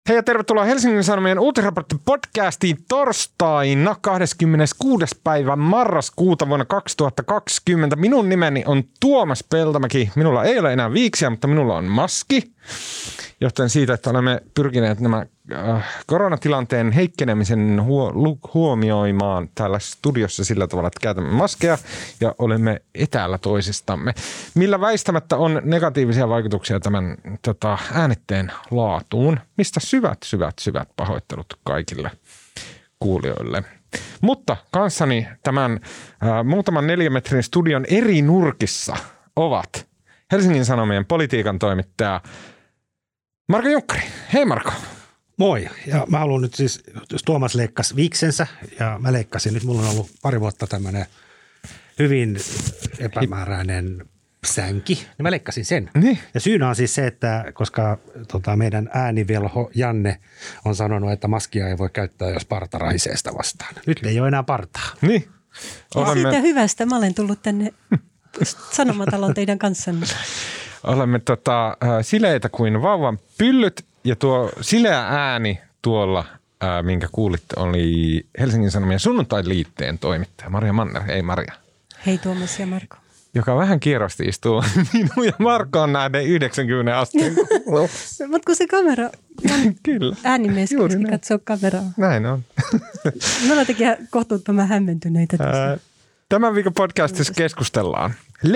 Hei ja tervetuloa Helsingin Sanomien uutisraportti-podcastiin torstaina 26. päivä marraskuuta vuonna 2020. Minun nimeni on Tuomas Peltomäki. Minulla ei ole enää viiksiä, mutta minulla on maski. Johtuen siitä, että olemme pyrkineet nämä koronatilanteen heikkenemisen huomioimaan täällä studiossa sillä tavalla, että käytämme maskeja ja olemme etäällä toisistamme. Millä väistämättä on negatiivisia vaikutuksia tämän äänitteen laatuun, mistä syvät pahoittelut kaikille kuulijoille. Mutta kanssani tämän muutaman 4 metrin studion eri nurkissa ovat Helsingin Sanomien politiikan toimittaja Marko Junkkari. Hei Marko. Moi. Ja mä haluan nyt siis, jos Tuomas leikkasi viiksensä ja mä leikkasin, nyt mulla on ollut pari vuotta tämmöinen hyvin epämääräinen sänki, niin mä leikkasin sen. Niin. Ja syynä on siis se, että koska meidän äänivelho Janne on sanonut, että maskia ei voi käyttää, jos parta raisee sitä vastaan. Nyt ei ole enää partaa. Niin. Ja siitä hyvästä. Mä olen tullut tänne Sanomataloon teidän kanssanne. Olemme sileitä kuin vauvan pyllyt ja tuo sileä ääni tuolla, minkä kuulitte, oli Helsingin Sanomien sunnuntai-liitteen toimittaja Maria Manner. Hei Maria. Hei Tuomas ja Marko. Joka vähän kierrosti istuu minun ja Marko on näiden 90 asteen. Mutta kun se kamera on Kyllä. äänimies, koska katsoo kameraa. Näin on. Me ollaan tekijä kohtuuttoman hämmentyneitä tästä. Tämän viikon podcastissa keskustellaan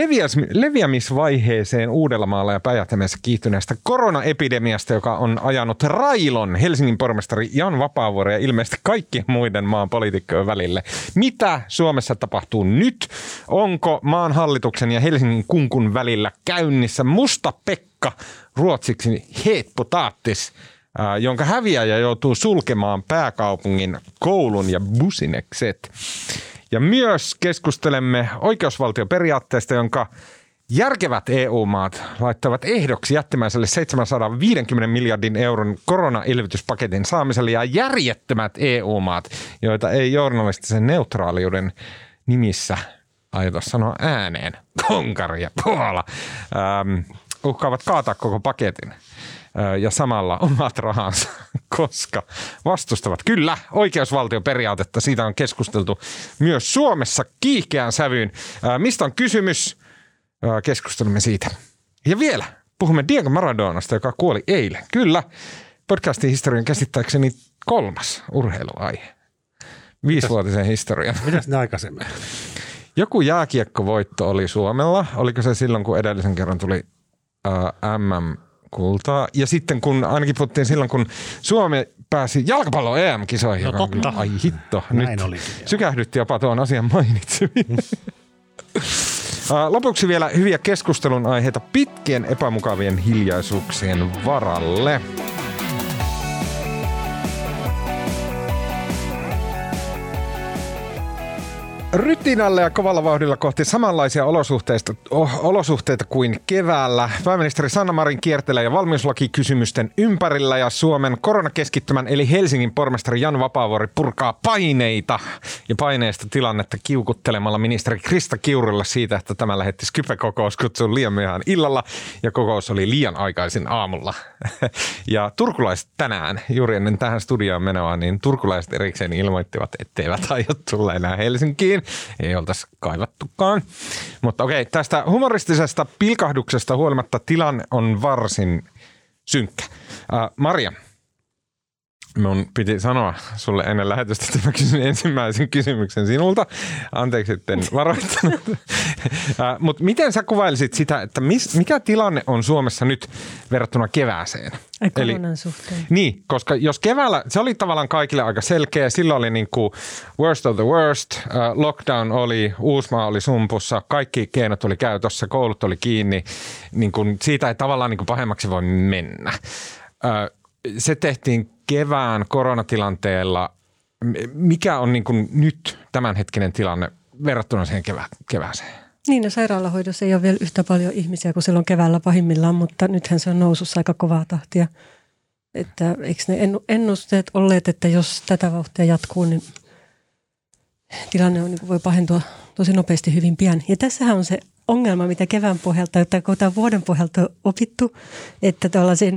leviämisvaiheeseen Uudellamaalla ja Päijät-Hämeessä kiihtyneestä koronaepidemiasta, joka on ajanut railon Helsingin pormestari Jan Vapaavuoren ja ilmeisesti kaikkien muiden maan poliitikkojen välille. Mitä Suomessa tapahtuu nyt? Onko maan hallituksen ja Helsingin kunkun välillä käynnissä musta Pekka, ruotsiksi heppotaattis, jonka häviäjä joutuu sulkemaan pääkaupungin koulun ja businekset? Ja myös keskustelemme oikeusvaltioperiaatteesta, jonka järkevät EU-maat laittavat ehdoksi jättimäiselle 750 miljardin euron koronaelvytyspaketin saamiselle ja järjettömät EU-maat, joita ei journalistisen neutraaliuden nimissä aiota sanoa ääneen, Unkari ja Puola, uhkaavat kaataa koko paketin ja samalla omat rahansa, koska vastustavat kyllä oikeusvaltioperiaatetta. Siitä on keskusteltu myös Suomessa kiihkeään sävyyn. Mistä on kysymys? Keskustelemme siitä. Ja vielä puhumme Diego Maradonasta, joka kuoli eilen. Kyllä, podcastin historian käsittääkseni 3. urheiluaihe. 5-vuotisen historian. Mitäs ne aikaisemmin? Joku jääkiekkovoitto oli Suomella. Oliko se silloin, kun edellisen kerran tuli MM-kultaa? Ja sitten kun, ainakin puhuttiin silloin, kun Suomi pääsi jalkapallon EM-kisoihin. No totta. Ai hitto. Näin nyt olikin. sykähdytti jopa tuon asian mainitseminen. Lopuksi vielä hyviä keskustelun aiheita pitkien epämukavien hiljaisuuksien varalle. Rytinällä ja kovalla vauhdilla kohti samanlaisia olosuhteita kuin keväällä. Pääministeri Sanna Marin kiertelee ja valmiuslakikysymysten ympärillä ja Suomen koronakeskittymän eli Helsingin pormestari Jan Vapaavuori purkaa paineita ja paineista tilannetta kiukuttelemalla ministeri Krista Kiurulle siitä, että tämä lähetti Skype-kokous kutsuun liian myöhään illalla ja kokous oli liian aikaisin aamulla. Ja turkulaiset tänään, juuri ennen tähän studioon menoa, niin turkulaiset erikseen ilmoittivat, etteivät aio tulla enää Helsinkiin. Ei oltaisi kaivattukaan. Mutta okei, tästä humoristisesta pilkahduksesta huolimatta tilanne on varsin synkkä. Maria, mun piti sanoa sulle ennen lähetystä, että mä kysyn ensimmäisen kysymyksen sinulta. Anteeksi, etten varoittanut. Mutta miten sä kuvailisit sitä, että mikä tilanne on Suomessa nyt verrattuna kevääseen? Koronan suhteen. Niin, koska jos keväällä, se oli tavallaan kaikille aika selkeä. Silloin oli niin kuin worst of the worst. Lockdown oli, Uusmaa oli sumpussa, kaikki keinot oli käytössä, koulut oli kiinni. Niin kuin siitä ei tavallaan niin kuin pahemmaksi voi mennä. Se tehtiin kevään koronatilanteella. Mikä on niin kuin nyt tämänhetkinen tilanne verrattuna siihen kevääseen? Niin, no sairaalahoidossa ei ole vielä yhtä paljon ihmisiä kuin silloin keväällä pahimmillaan, mutta nythän se on nousussa aika kovaa tahtia. Että eikö ne ennusteet olleet, että jos tätä vauhtia jatkuu, niin tilanne on, niin kuin voi pahentua tosi nopeasti hyvin pian. Ja tässähän on se ongelma, mitä kevään pohjalta tai vuoden pohjalta on opittu, että tuollaisen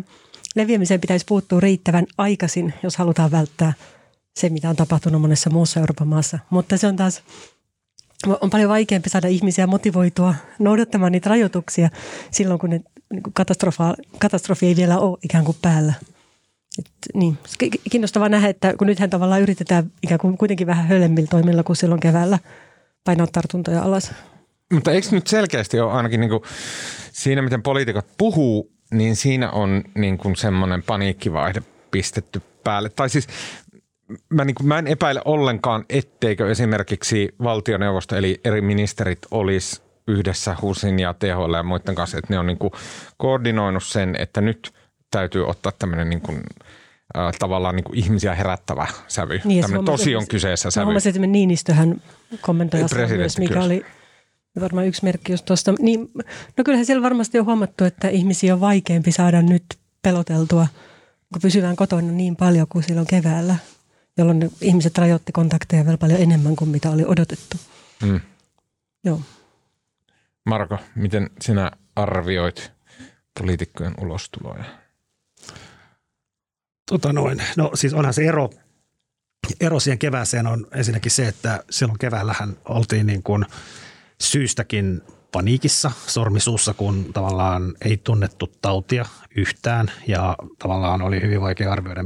leviämiseen pitäisi puuttua riittävän aikaisin, jos halutaan välttää se, mitä on tapahtunut monessa muussa Euroopan maassa. Mutta se on taas, on paljon vaikeampi saada ihmisiä motivoitua noudattamaan niitä rajoituksia silloin, kun ne niin katastrofi ei vielä ole ikään kuin päällä. Niin. Kiinnostavaa nähdä, että kun nythän tavallaan yritetään ikään kuin kuitenkin vähän hölemmillä toimilla kuin silloin keväällä painaa tartuntoja alas. Mutta eikö nyt selkeästi ole ainakin niin kuin siinä, miten poliitikot puhuu, niin siinä on niin kuin semmoinen paniikkivaihde pistetty päälle. Tai siis mä en epäile ollenkaan, etteikö esimerkiksi valtioneuvosto eli eri ministerit olisi yhdessä HUSin ja THL ja muiden kanssa, että ne on niin kuin koordinoinut sen, että nyt täytyy ottaa tämmöinen niin kuin, tavallaan niin kuin ihmisiä herättävä sävy. Niin, tämmöinen tosi on kyseessä sävy. Huomasin, että Niinistöhän kommentoi myös, mikä oli varmaan yksi merkki just tuosta. Niin, no kyllähän siellä varmasti on huomattu, että ihmisiä on vaikeampi saada nyt peloteltua, kun pysyvään kotona niin paljon kuin silloin keväällä, jolloin ne ihmiset rajoitti kontakteja vielä paljon enemmän kuin mitä oli odotettu. Joo. Marko, miten sinä arvioit poliitikkojen ulostuloja? No siis onhan se ero siihen kevääseen on ensinnäkin se, että silloin keväällähän oltiin niin kuin syystäkin paniikissa sormisuussa, kun tavallaan ei tunnettu tautia yhtään ja tavallaan oli hyvin vaikea arvioida,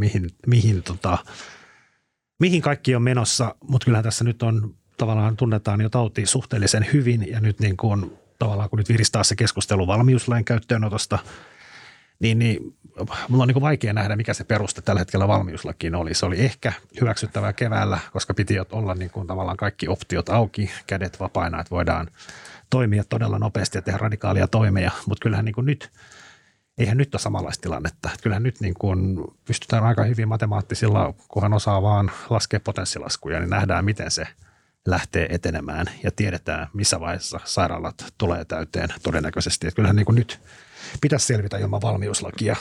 mihin kaikki on menossa, mutta kyllähän tässä nyt on tavallaan tunnetaan jo tauti suhteellisen hyvin ja nyt niin kuin tavallaan kun nyt viristää se keskustelu valmiuslain käyttöönotosta, niin mulla on niin kuin vaikea nähdä, mikä se peruste tällä hetkellä valmiuslakiin oli. Se oli ehkä hyväksyttävää keväällä, koska piti olla niin kuin tavallaan kaikki optiot auki, kädet vapaina, että voidaan toimia todella nopeasti ja tehdä radikaalia toimia. Mutta kyllähän niin kuin nyt, eihän nyt ole samanlaista tilannetta. Kyllähän nyt niin kuin pystytään aika hyvin matemaattisilla, kunhan osaa vaan laskea potenssilaskuja, niin nähdään, miten se lähtee etenemään ja tiedetään, missä vaiheessa sairaalat tulee täyteen todennäköisesti. Että kyllähän niin kuin nyt pitäisi selvitä ilman valmiuslakia.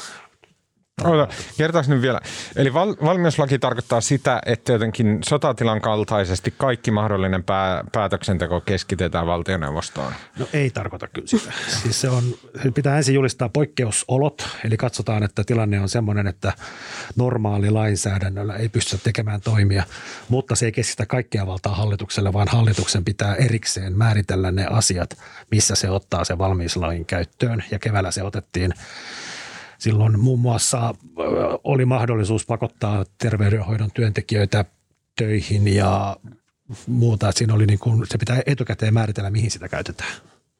Kertaisi nyt vielä. Eli valmiuslaki tarkoittaa sitä, että jotenkin sotatilan kaltaisesti kaikki mahdollinen päätöksenteko keskitetään valtioneuvostoon. No ei tarkoita kyllä sitä. Siis se pitää ensin julistaa poikkeusolot, eli katsotaan, että tilanne on semmoinen, että normaali lainsäädännöllä ei pystytä tekemään toimia, mutta se ei keskitä kaikkia valtaa hallitukselle, vaan hallituksen pitää erikseen määritellä ne asiat, missä se ottaa sen valmiuslain käyttöön, ja keväällä se otettiin. Silloin muun muassa oli mahdollisuus pakottaa terveydenhoidon työntekijöitä töihin ja muuta. Että siinä oli niin kuin, se pitää etukäteen määritellä, mihin sitä käytetään.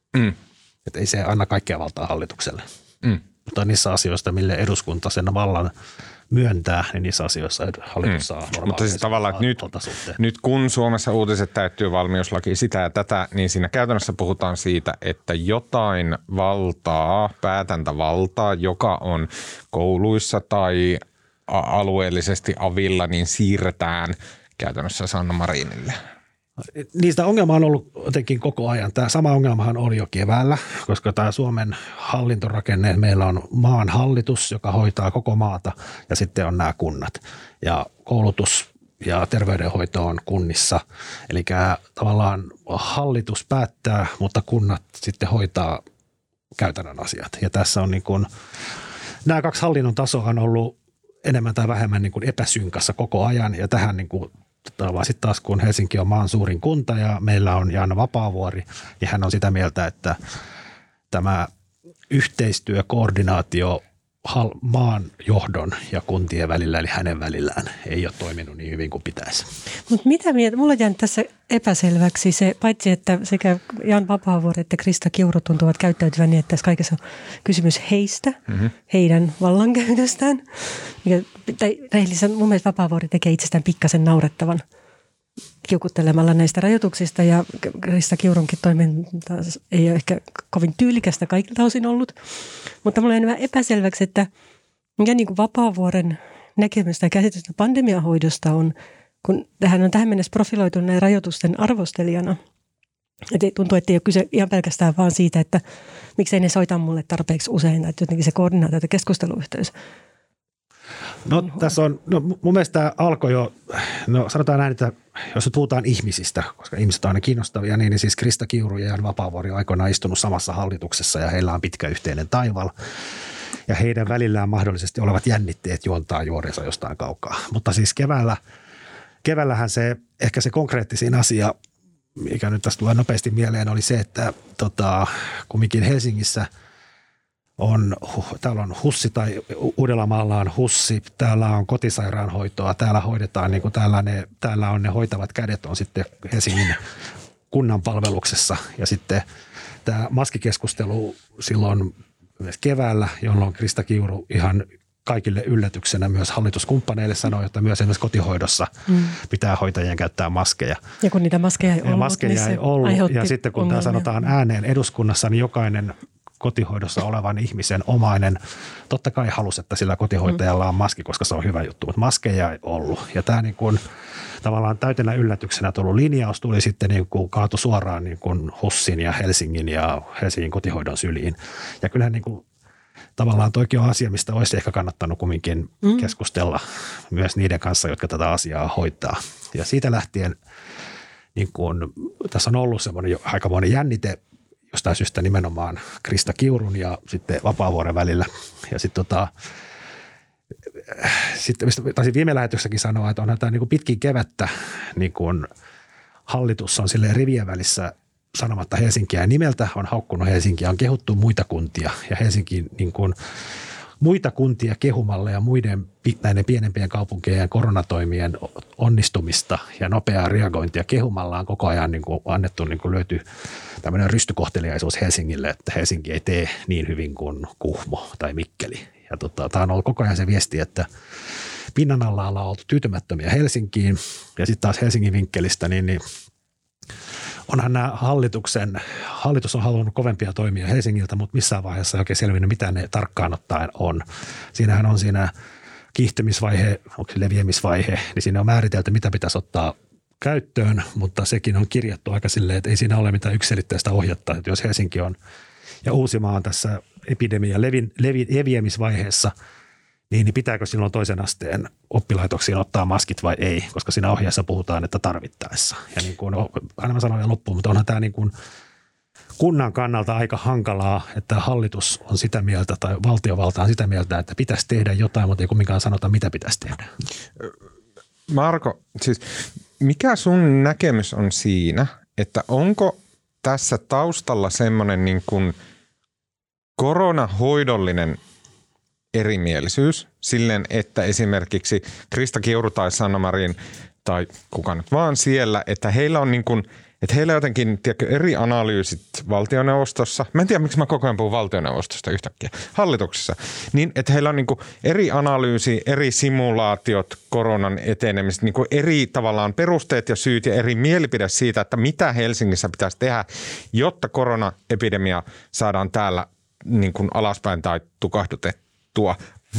Että ei se anna kaikkea valtaa hallitukselle. Mutta niissä asioissa, mille eduskunta sen vallan myöntää, niin niissä asioissa hallitus saa normaalisti. Mutta siis tavallaan, että nyt kun Suomessa uutiset täyttyy valmiuslaki sitä ja tätä, niin siinä käytännössä puhutaan siitä, että jotain valtaa, päätäntävaltaa, joka on kouluissa tai alueellisesti avilla, niin siirretään käytännössä Sanna Marinille. Niistä ongelma on ollut jotenkin koko ajan. Tämä sama ongelmahan oli jo keväällä, koska tämä Suomen hallintorakenne, meillä on maan hallitus, joka hoitaa koko maata ja sitten on nämä kunnat. Ja koulutus ja terveydenhoito on kunnissa. Eli tavallaan hallitus päättää, mutta kunnat sitten hoitaa käytännön asiat. Ja tässä on niin kuin, nämä kaksi hallinnon tasoa on ollut enemmän tai vähemmän niin kuin epäsynkassa koko ajan ja tähän niin kuin vaan sitten taas kun Helsinki on maan suurin kunta ja meillä on Jaana Vapaavuori, niin hän on sitä mieltä, että tämä yhteistyö, koordinaatio maan johdon ja kuntien välillä, eli hänen välillään, ei ole toiminut niin hyvin kuin pitäisi. Mutta mitä mieltä? Mulla on jäänyt tässä epäselväksi se, paitsi että sekä Jan Vapaavuori että Krista Kiuru tuntuvat käyttäytyvän niin, että tässä kaikessa on kysymys heistä, heidän vallankäytöstään. Tai rehellisesti mun mielestä Vapaavuori tekee itsestään pikkasen naurettavan kiukuttelemalla näistä rajoituksista ja Krista Kiurunkin toiminta ei ole ehkä kovin tyylikästä kaikilta osin ollut. Mutta mulla on vähän epäselväksi, että mikä niin kuin Vapaavuoren näkemystä ja käsitystä pandemiahoidosta on, kun hän on tähän mennessä profiloitunut näin rajoitusten arvostelijana. Et tuntuu, että ei ole kyse ihan pelkästään vaan siitä, että miksei ne soita mulle tarpeeksi usein, että jotenkin se koordinaatio ja keskusteluyhteys. No tässä on, mun mielestä tämä alkoi jo, sanotaan näin, että jos nyt puhutaan ihmisistä, koska ihmiset on aina kiinnostavia, niin siis Krista Kiuru ja Jan Vapaavuori on aikoinaan istunut samassa hallituksessa ja heillä on pitkä yhteinen taival. ja heidän välillään mahdollisesti olevat jännitteet juontaa juorensa jostain kaukaa. Mutta siis keväällähän ehkä se konkreettisin asia, mikä nyt tästä tulee nopeasti mieleen, oli se, että kumminkin Helsingissä täällä on HUSsi tai Uudellamaalla on HUSsi, täällä on kotisairaanhoitoa, täällä hoidetaan, niin kuin täällä on ne hoitavat kädet on sitten Helsingin kunnan palveluksessa. Ja sitten tämä maskikeskustelu silloin myös keväällä, jolloin Krista Kiuru ihan kaikille yllätyksenä myös hallituskumppaneille sanoi, että myös esimerkiksi kotihoidossa pitää hoitajien käyttää maskeja. Ja kun niitä maskeja ei ollut, ja sitten kun tämä sanotaan ääneen eduskunnassa, niin jokainen kotihoidossa olevan ihmisen omainen totta kai halusi, että sillä kotihoitajalla on maski, koska se on hyvä juttu, mutta maskeja ei ollut. Ja tämä niin kuin tavallaan täytenä yllätyksenä tullut linjaus tuli sitten niin kuin kaatu suoraan niin kuin HUSin ja Helsingin kotihoidon syliin. Ja kyllähän niin kuin tavallaan toikin on asia, mistä olisi ehkä kannattanut kumminkin keskustella myös niiden kanssa, jotka tätä asiaa hoitaa. Ja siitä lähtien niin kun, tässä on ollut semmoinen aikamoinen jännite jostain syystä nimenomaan Krista Kiurun ja sitten Vapaavuoren välillä. Ja sitten taisin viime lähetyksessäkin sanoa, että onhan tämä niin kuin pitkin kevättä niin kuin hallitus on silleen rivien välissä sanomatta Helsinkiä nimeltä, on haukkunut Helsinkiä, on kehuttu muita kuntia ja Helsinki niin kuin muita kuntia kehumalla ja näiden pienempien kaupunkien koronatoimien onnistumista ja nopeaa reagointia kehumalla on koko ajan niin kuin annettu, niin kuin löytyy tämmöinen rystykohteliaisuus Helsingille, että Helsinki ei tee niin hyvin kuin Kuhmo tai Mikkeli. Ja tämä on ollut koko ajan se viesti, että pinnan alla ollaan oltu tyytymättömiä Helsinkiin ja sitten taas Helsingin vinkkelistä, niin onhan nämä hallitus on halunnut kovempia toimia Helsingiltä, mutta missään vaiheessa ei oikein selvinnyt, mitä ne tarkkaan ottaen on. Siinähän on siinä kiihtymisvaihe, onko se leviämisvaihe, niin siinä on määritelty, mitä pitäisi ottaa käyttöön, mutta sekin on kirjattu aika silleen, että ei siinä ole mitään yksiselitteistä ohjetta. Että jos Helsinki on ja Uusimaa on tässä epidemian leviämisvaiheessa, niin pitääkö silloin toisen asteen oppilaitoksiin ottaa maskit vai ei, koska siinä ohjeessa puhutaan, että tarvittaessa. Ja niin kuin aina mä sanon jo loppuun, mutta onhan tämä niin kuin kunnan kannalta aika hankalaa, että hallitus on sitä mieltä tai valtiovalta on sitä mieltä, että pitäisi tehdä jotain, mutta ei kumminkaan sanota, mitä pitäisi tehdä. Marko, siis mikä sun näkemys on siinä, että onko tässä taustalla semmoinen niin kuin koronahoidollinen erimielisyys silleen, että esimerkiksi Krista Kiuru tai Sanna Marin tai kuka nyt vaan siellä, että heillä on niin kuin, että heillä on jotenkin eri analyysit valtioneuvostossa. Mä en tiedä, miksi mä koko ajan puhun valtioneuvostosta yhtäkkiä. Hallituksessa. Niin, että heillä on niin kuin eri analyysi, eri simulaatiot koronan etenemistä, niin kuin eri tavallaan perusteet ja syyt ja eri mielipide siitä, että mitä Helsingissä pitäisi tehdä, jotta koronaepidemia saadaan täällä niin kuin alaspäin tai tukahdutettua.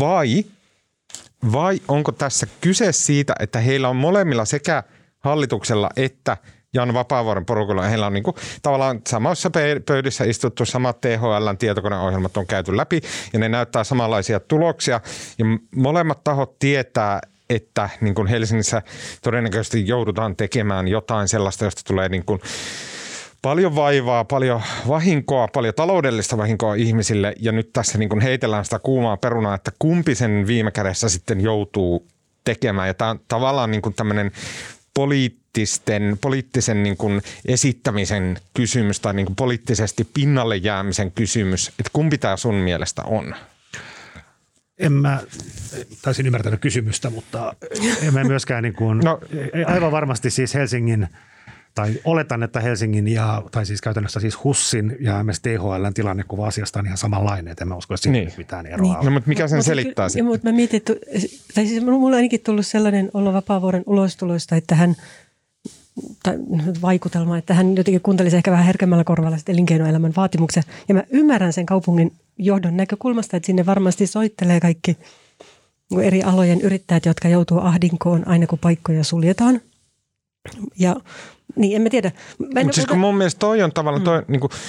Vai onko tässä kyse siitä, että heillä on molemmilla sekä hallituksella että Jan Vapaavuoren porukalla, heillä on niin kuin tavallaan samassa pöydissä istuttu, samat THL:n tietokoneohjelmat on käyty läpi ja ne näyttää samanlaisia tuloksia ja molemmat tahot tietää, että niin kuin Helsingissä todennäköisesti joudutaan tekemään jotain sellaista, josta tulee niin kuin paljon vaivaa, paljon vahinkoa, paljon taloudellista vahinkoa ihmisille ja nyt tässä niin kuin heitellään sitä kuumaa perunaa, että kumpi sen viime kädessä sitten joutuu tekemään. Ja tämä on tavallaan niin kuin tämmöinen poliittisen niin kuin esittämisen kysymys tai niin kuin poliittisesti pinnalle jäämisen kysymys, että kumpi tämä sun mielestä on? En mä taisin ymmärtänyt kysymystä, mutta en mä myöskään niin kuin, aivan varmasti siis Helsingin tai oletan, että Helsingin tai siis käytännössä siis HUSin ja myös THL:n tilannekuva asiasta on ihan samanlainen, että en mä usko, että siinä mitään eroa on. No, mutta mikä sen selittää sitten? Mutta mä mietin, tai siis mulla on ainakin tullut sellainen olo Vapaavuoren ulostuloista, että hän, tai vaikutelma, että hän jotenkin kuuntelisi ehkä vähän herkemmällä korvalla elinkeinoelämän vaatimuksia. Ja mä ymmärrän sen kaupungin johdon näkökulmasta, että sinne varmasti soittelee kaikki eri alojen yrittäjät, jotka joutuu ahdinkoon aina kun paikkoja suljetaan. Ja niin, en mä tiedä. Mutta siis kun mun mielestä toi on tavallaan,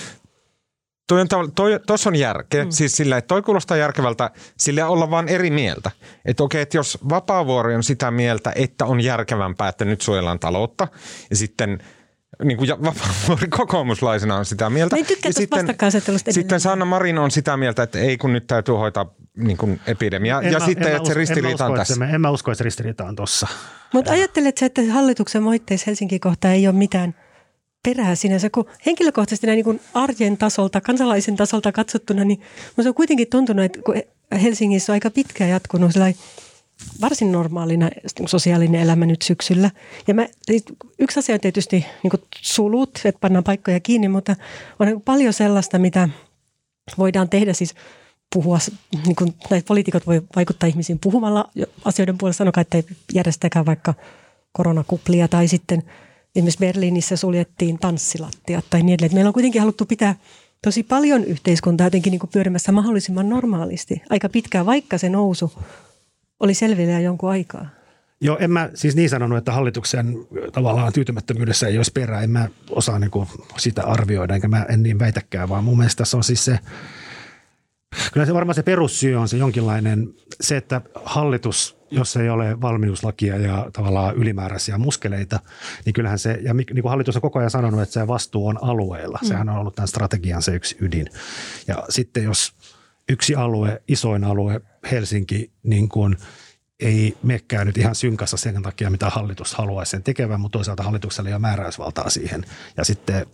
tuossa on järkeä. Siis sillä, että toi kuulostaa järkevältä, sillä olla vaan eri mieltä. Että okei, että jos Vapaavuori on sitä mieltä, että on järkevämpää, että nyt suojellaan taloutta ja sitten niin kuin Vapaavuori kokoomuslaisena on sitä mieltä. Mä en tykkää tuosta vastakkainasettelusta edelleen. Sitten Sanna Marin on sitä mieltä, että ei kun nyt täytyy hoitaa niin kuin epidemia. Ja sitten, että se ristiriita on tässä. En mä usko, että se ristiriita on tuossa. Mutta ajatteletko, että hallituksen moitteissa Helsingin kohtaa ei ole mitään perää sinänsä, kun henkilökohtaisesti näin niin kuin arjen tasolta, kansalaisen tasolta katsottuna, niin se on kuitenkin tuntunut, että kun Helsingissä on aika pitkään jatkunut varsin normaalina sosiaalinen elämä nyt syksyllä. Ja yksi asia on tietysti niin kuin sulut, että pannaan paikkoja kiinni, mutta on paljon sellaista, mitä voidaan tehdä, siis puhua, niin kuin näitä poliitikot voi vaikuttaa ihmisiin puhumalla asioiden puolesta, sanokaa, että ei järjestäkään vaikka koronakuplia tai sitten esimerkiksi Berliinissä suljettiin tanssilattiat tai niin edelleen. Meillä on kuitenkin haluttu pitää tosi paljon yhteiskuntaa jotenkin niin kuin pyörimässä mahdollisimman normaalisti. Aika pitkään, vaikka se nousu oli selvillä jo jonkun aikaa. Joo, en mä siis niin sanonut, että hallituksen tavallaan tyytymättömyydessä ei olisi perää. En mä osaa niin kuin sitä arvioida, enkä mä en niin väitäkään, vaan mun mielestä tässä on siis se, kyllä se varmaan se perussyy on se jonkinlainen, se, että hallitus, jos ei ole valmiuslakia ja tavallaan ylimääräisiä muskeleita, niin kyllähän se, ja niin kuin hallitus on koko ajan sanonut, että se vastuu on alueilla. Sehän on ollut tämän strategian se yksi ydin. Ja sitten jos yksi alue, isoin alue, Helsinki, niin kuin ei menekään nyt ihan synkassa sen takia, mitä hallitus haluaisi sen tekevän, mutta toisaalta hallituksella ei ole määräysvaltaa siihen. Ja sitten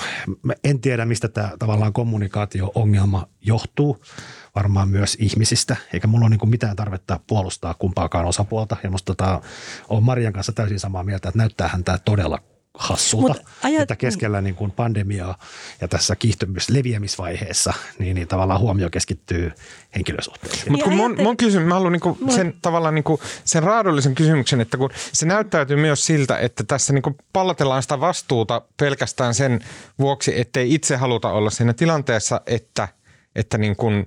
en tiedä, mistä tämä tavallaan kommunikaatio-ongelma johtuu, varmaan myös ihmisistä, eikä mulla ole niin kuin mitään tarvetta puolustaa kumpaakaan osapuolta. Ja musta olen Marian kanssa täysin samaa mieltä, että näyttäähän tämä todella hassulta, että keskellä niin kuin pandemiaa ja tässä leviämisvaiheessa niin tavallaan huomio keskittyy henkilösuhteisiin. Mutta kun mä haluan niinku sen tavallaan niinku sen raadollisen kysymyksen, että kun se näyttäytyy myös siltä, että tässä niinku pallotellaan sitä vastuuta pelkästään sen vuoksi, ettei itse haluta olla siinä tilanteessa, että niin kuin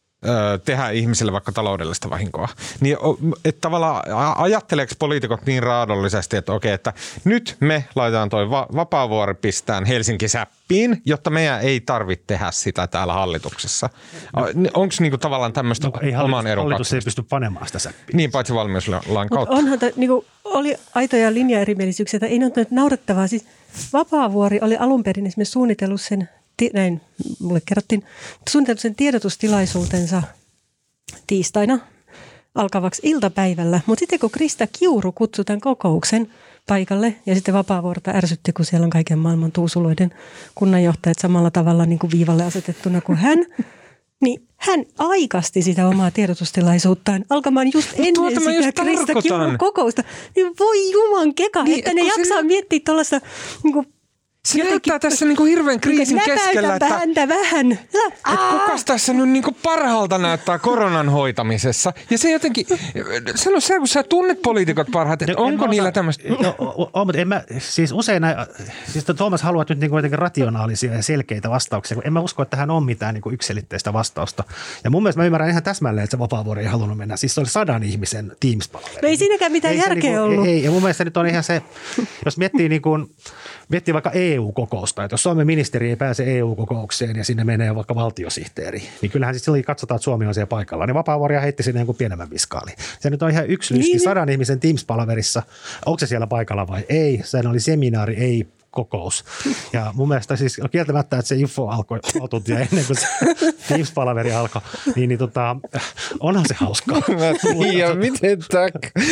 tehdä ihmisille vaikka taloudellista vahinkoa. Niin, että tavallaan ajatteleeko poliitikot niin raadollisesti, että okei, että nyt me laitetaan toi Vapaavuori pistään Helsinki-säppiin, jotta meidän ei tarvitse tehdä sitä täällä hallituksessa. Onko niinku tavallaan tämmöistä oman edun hallitus ei pysty panemaan sitä säppiin. Niin, paitsi valmiuslain kautta. Onhan niinku, oli aitoja linjaerimielisyyksiä, että ei ole naurettavaa. Siis Vapaavuori oli alun perin esimerkiksi suunnitellut sen näin mulle kerrottiin, suunniteltu sen tiedotustilaisuutensa tiistaina alkavaksi iltapäivällä. Mutta sitten kun Krista Kiuru kutsui tämän kokouksen paikalle ja sitten Vapaavuorta ärsytti, kun siellä on kaiken maailman tuusuloiden kunnanjohtajat samalla tavalla niin kuin viivalle asetettuna kuin hän, niin hän aikasti sitä omaa tiedotustilaisuuttaan alkamaan just ennen sitä Krista Kiurun kokousta. Niin voi juman keka, niin, että ne jaksaa miettiä tuollaista niin se näyttää tässä niinku hirveän kriisin keskellä, että häntä vähän. Kukas tässä nyt niinku parhaalta näyttää koronan hoitamisessa. Ja se jotenkin, sano sä, kun sä tunnet poliitikot parhaiten, että onko niillä tämmöistä? On, mutta en mä, siis usein siis Tuomas haluat nyt niinku jotenkin rationaalisia ja selkeitä vastauksia, kun en mä usko, että hän on mitään niinku yksiselitteistä vastausta. Ja mun mielestä mä ymmärrän ihan täsmälleen, että se Vapaavuori ei halunnut mennä. Siis se oli 100 ihmisen Teams-palaveri. No ei siinäkään mitään järkeä niinku, ollut. Ei, ja mun mielestä nyt on ihan se, jos miettii vaikka EU-kokousta, että jos Suomen ministeri ei pääse EU-kokoukseen ja sinne menee vaikka valtiosihteeri, niin kyllähän sitten silloin katsotaan, että Suomi on siellä paikalla. Niin Vapaavuoria heitti sinne jonkun pienemmän viskaali. Se nyt on ihan yksi lysti 100 ihmisen Teams-palaverissa. Onko se siellä paikalla vai ei? Se oli seminaari, ei kokous. Ja mun mielestä siis kieltämättä, että se info alkoi tuntia ennen kuin se Teams-palaveri alkoi, niin onhan se hauskaa. Ja miten tämä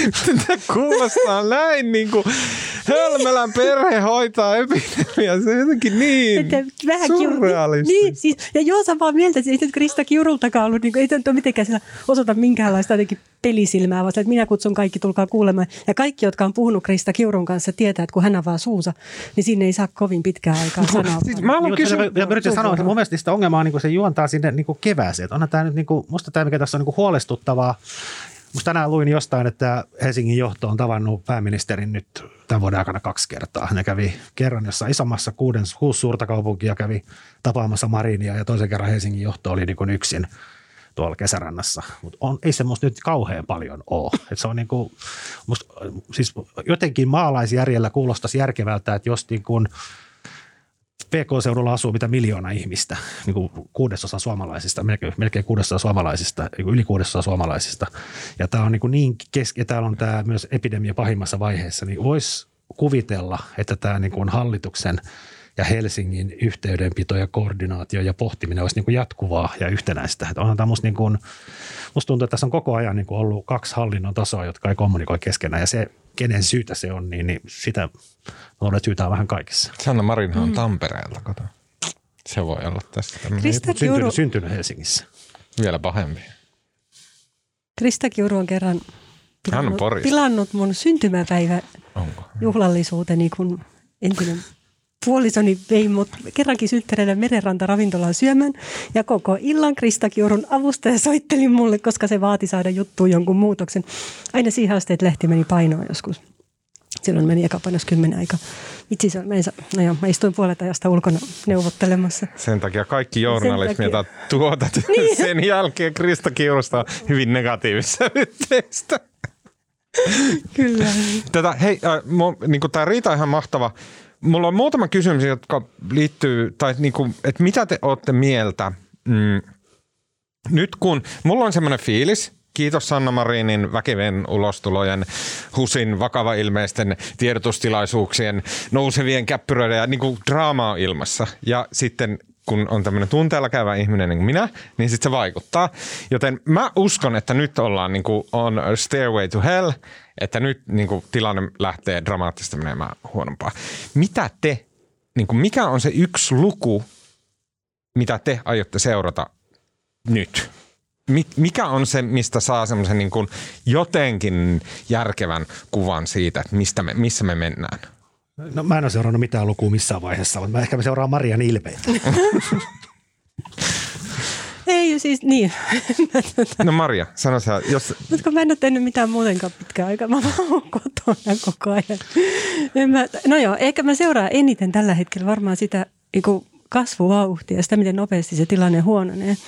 kuulostaa näin niin kuin Hölmälän perhe hoitaa epidemiaa. Se on jotenkin niin surrealistista. Niin, siis, ja joo, samaa mieltä, että ei nyt Krista Kiurultakaan ollut, niin ei ole mitenkään siellä osoita minkäänlaista jotenkin pelisilmää, vaan että minä kutsun kaikki, tulkaa kuulemaan. Ja kaikki, jotka on puhunut Krista Kiurun kanssa, tietää, että kun hän avaa suunsa, niin sinne ei saa kovin pitkään aikaa sanoa. Siis mä haluan kysyä. Ja yritän sanoa, että mun mielestä sitä ongelmaa niin se juontaa sinne niin kevääseen. Onhan tämä nyt, musta tämä, mikä tässä on niin huolestuttavaa. Musta tänään luin jostain, että Helsingin johto on tavannut pääministerin nyt tämän vuoden aikana 2 kertaa. Ne kävi kerran jossain isommassa 6 suurta kaupunkia kävi tapaamassa Marinia ja toisen kerran Helsingin johto oli niin kuin yksin tuolla Kesärannassa. Mutta ei se musta nyt kauhean paljon ole. Et se on niin kuin, musta, siis jotenkin maalaisjärjellä kuulostaisi järkevältä, että jos niin kuin PK-seudulla asuu mitä 1 miljoona ihmistä, niin kuin 1/6 suomalaisista, melkein 1/6 suomalaisista, yli 1/6 suomalaisista. Ja tämä on niin ja täällä on tämä myös epidemia pahimmassa vaiheessa, niin voisi kuvitella, että tämä niin kuin hallituksen ja Helsingin yhteydenpito ja koordinaatio ja pohtiminen olisi niin kuin jatkuvaa ja yhtenäistä. Että onhan tämä musta tuntuu, että tässä on koko ajan niin kuin ollut 2 hallinnon tasoa, jotka ei kommunikoi keskenään ja se, kenen syytä se on, niin sitä syytä on vähän kaikissa. Sanna Marinhan on Tampereelta, kato. Se voi olla tässä. Syntynyt Helsingissä. Vielä pahempi. Krista Kiuru on kerran pilannut mun syntymäpäivä juhlallisuuteni, kun entinen puolisoni vei mut kerrankin synttäreillä Merenranta-ravintolaan syömään. Ja koko illan Krista Kiurun avustaja soitteli mulle, koska se vaati saada juttuun jonkun muutoksen. Aina siihen asti, että lehti meni painoon joskus. Silloin meni eka painos 10 aika. Vitsi se on, mä istuin puolet ajasta ulkona neuvottelemassa. Sen takia kaikki journalismi, jota tuotat niin. Sen jälkeen Krista Kiurusta on hyvin negatiivisessa yhteistä. Kyllä. Hei, niin tämä Riita on ihan mahtava. Mulla on muutama kysymys, jotka liittyy, tai niin kuin, että mitä te olette mieltä nyt kun, mulla on semmoinen fiilis, kiitos Sanna Marinin väkevien ulostulojen, HUSin vakava-ilmeisten tiedotustilaisuuksien, nousevien käppyröiden ja niin kuin draama on ilmassa. Ja sitten kun on tämmöinen tunteella käyvä ihminen niin kuin minä, niin sitten se vaikuttaa. Joten mä uskon, että nyt ollaan niin kuin on stairway to hell, että nyt niin kuin tilanne lähtee dramaattisesti menemään huonompaa. Mitä te, niin kuin mikä on se yksi luku, mitä te aiotte seurata nyt? Mikä on se, mistä saa semmoisen niin kuin jotenkin järkevän kuvan siitä, että missä me mennään? No mä en ole seurannut mitään lukua missään vaiheessa, mutta ehkä me seuraan Marian ilmeitä. Ei siis niin. No Maria, sano sä. Mutta mä en ole tehnyt mitään muutenkaan pitkään aikaa. Mä oon kotona koko ajan. No joo, ehkä mä seuraan eniten tällä hetkellä varmaan sitä niin kuin kasvuvauhtia ja sitä, miten nopeasti se tilanne huononee.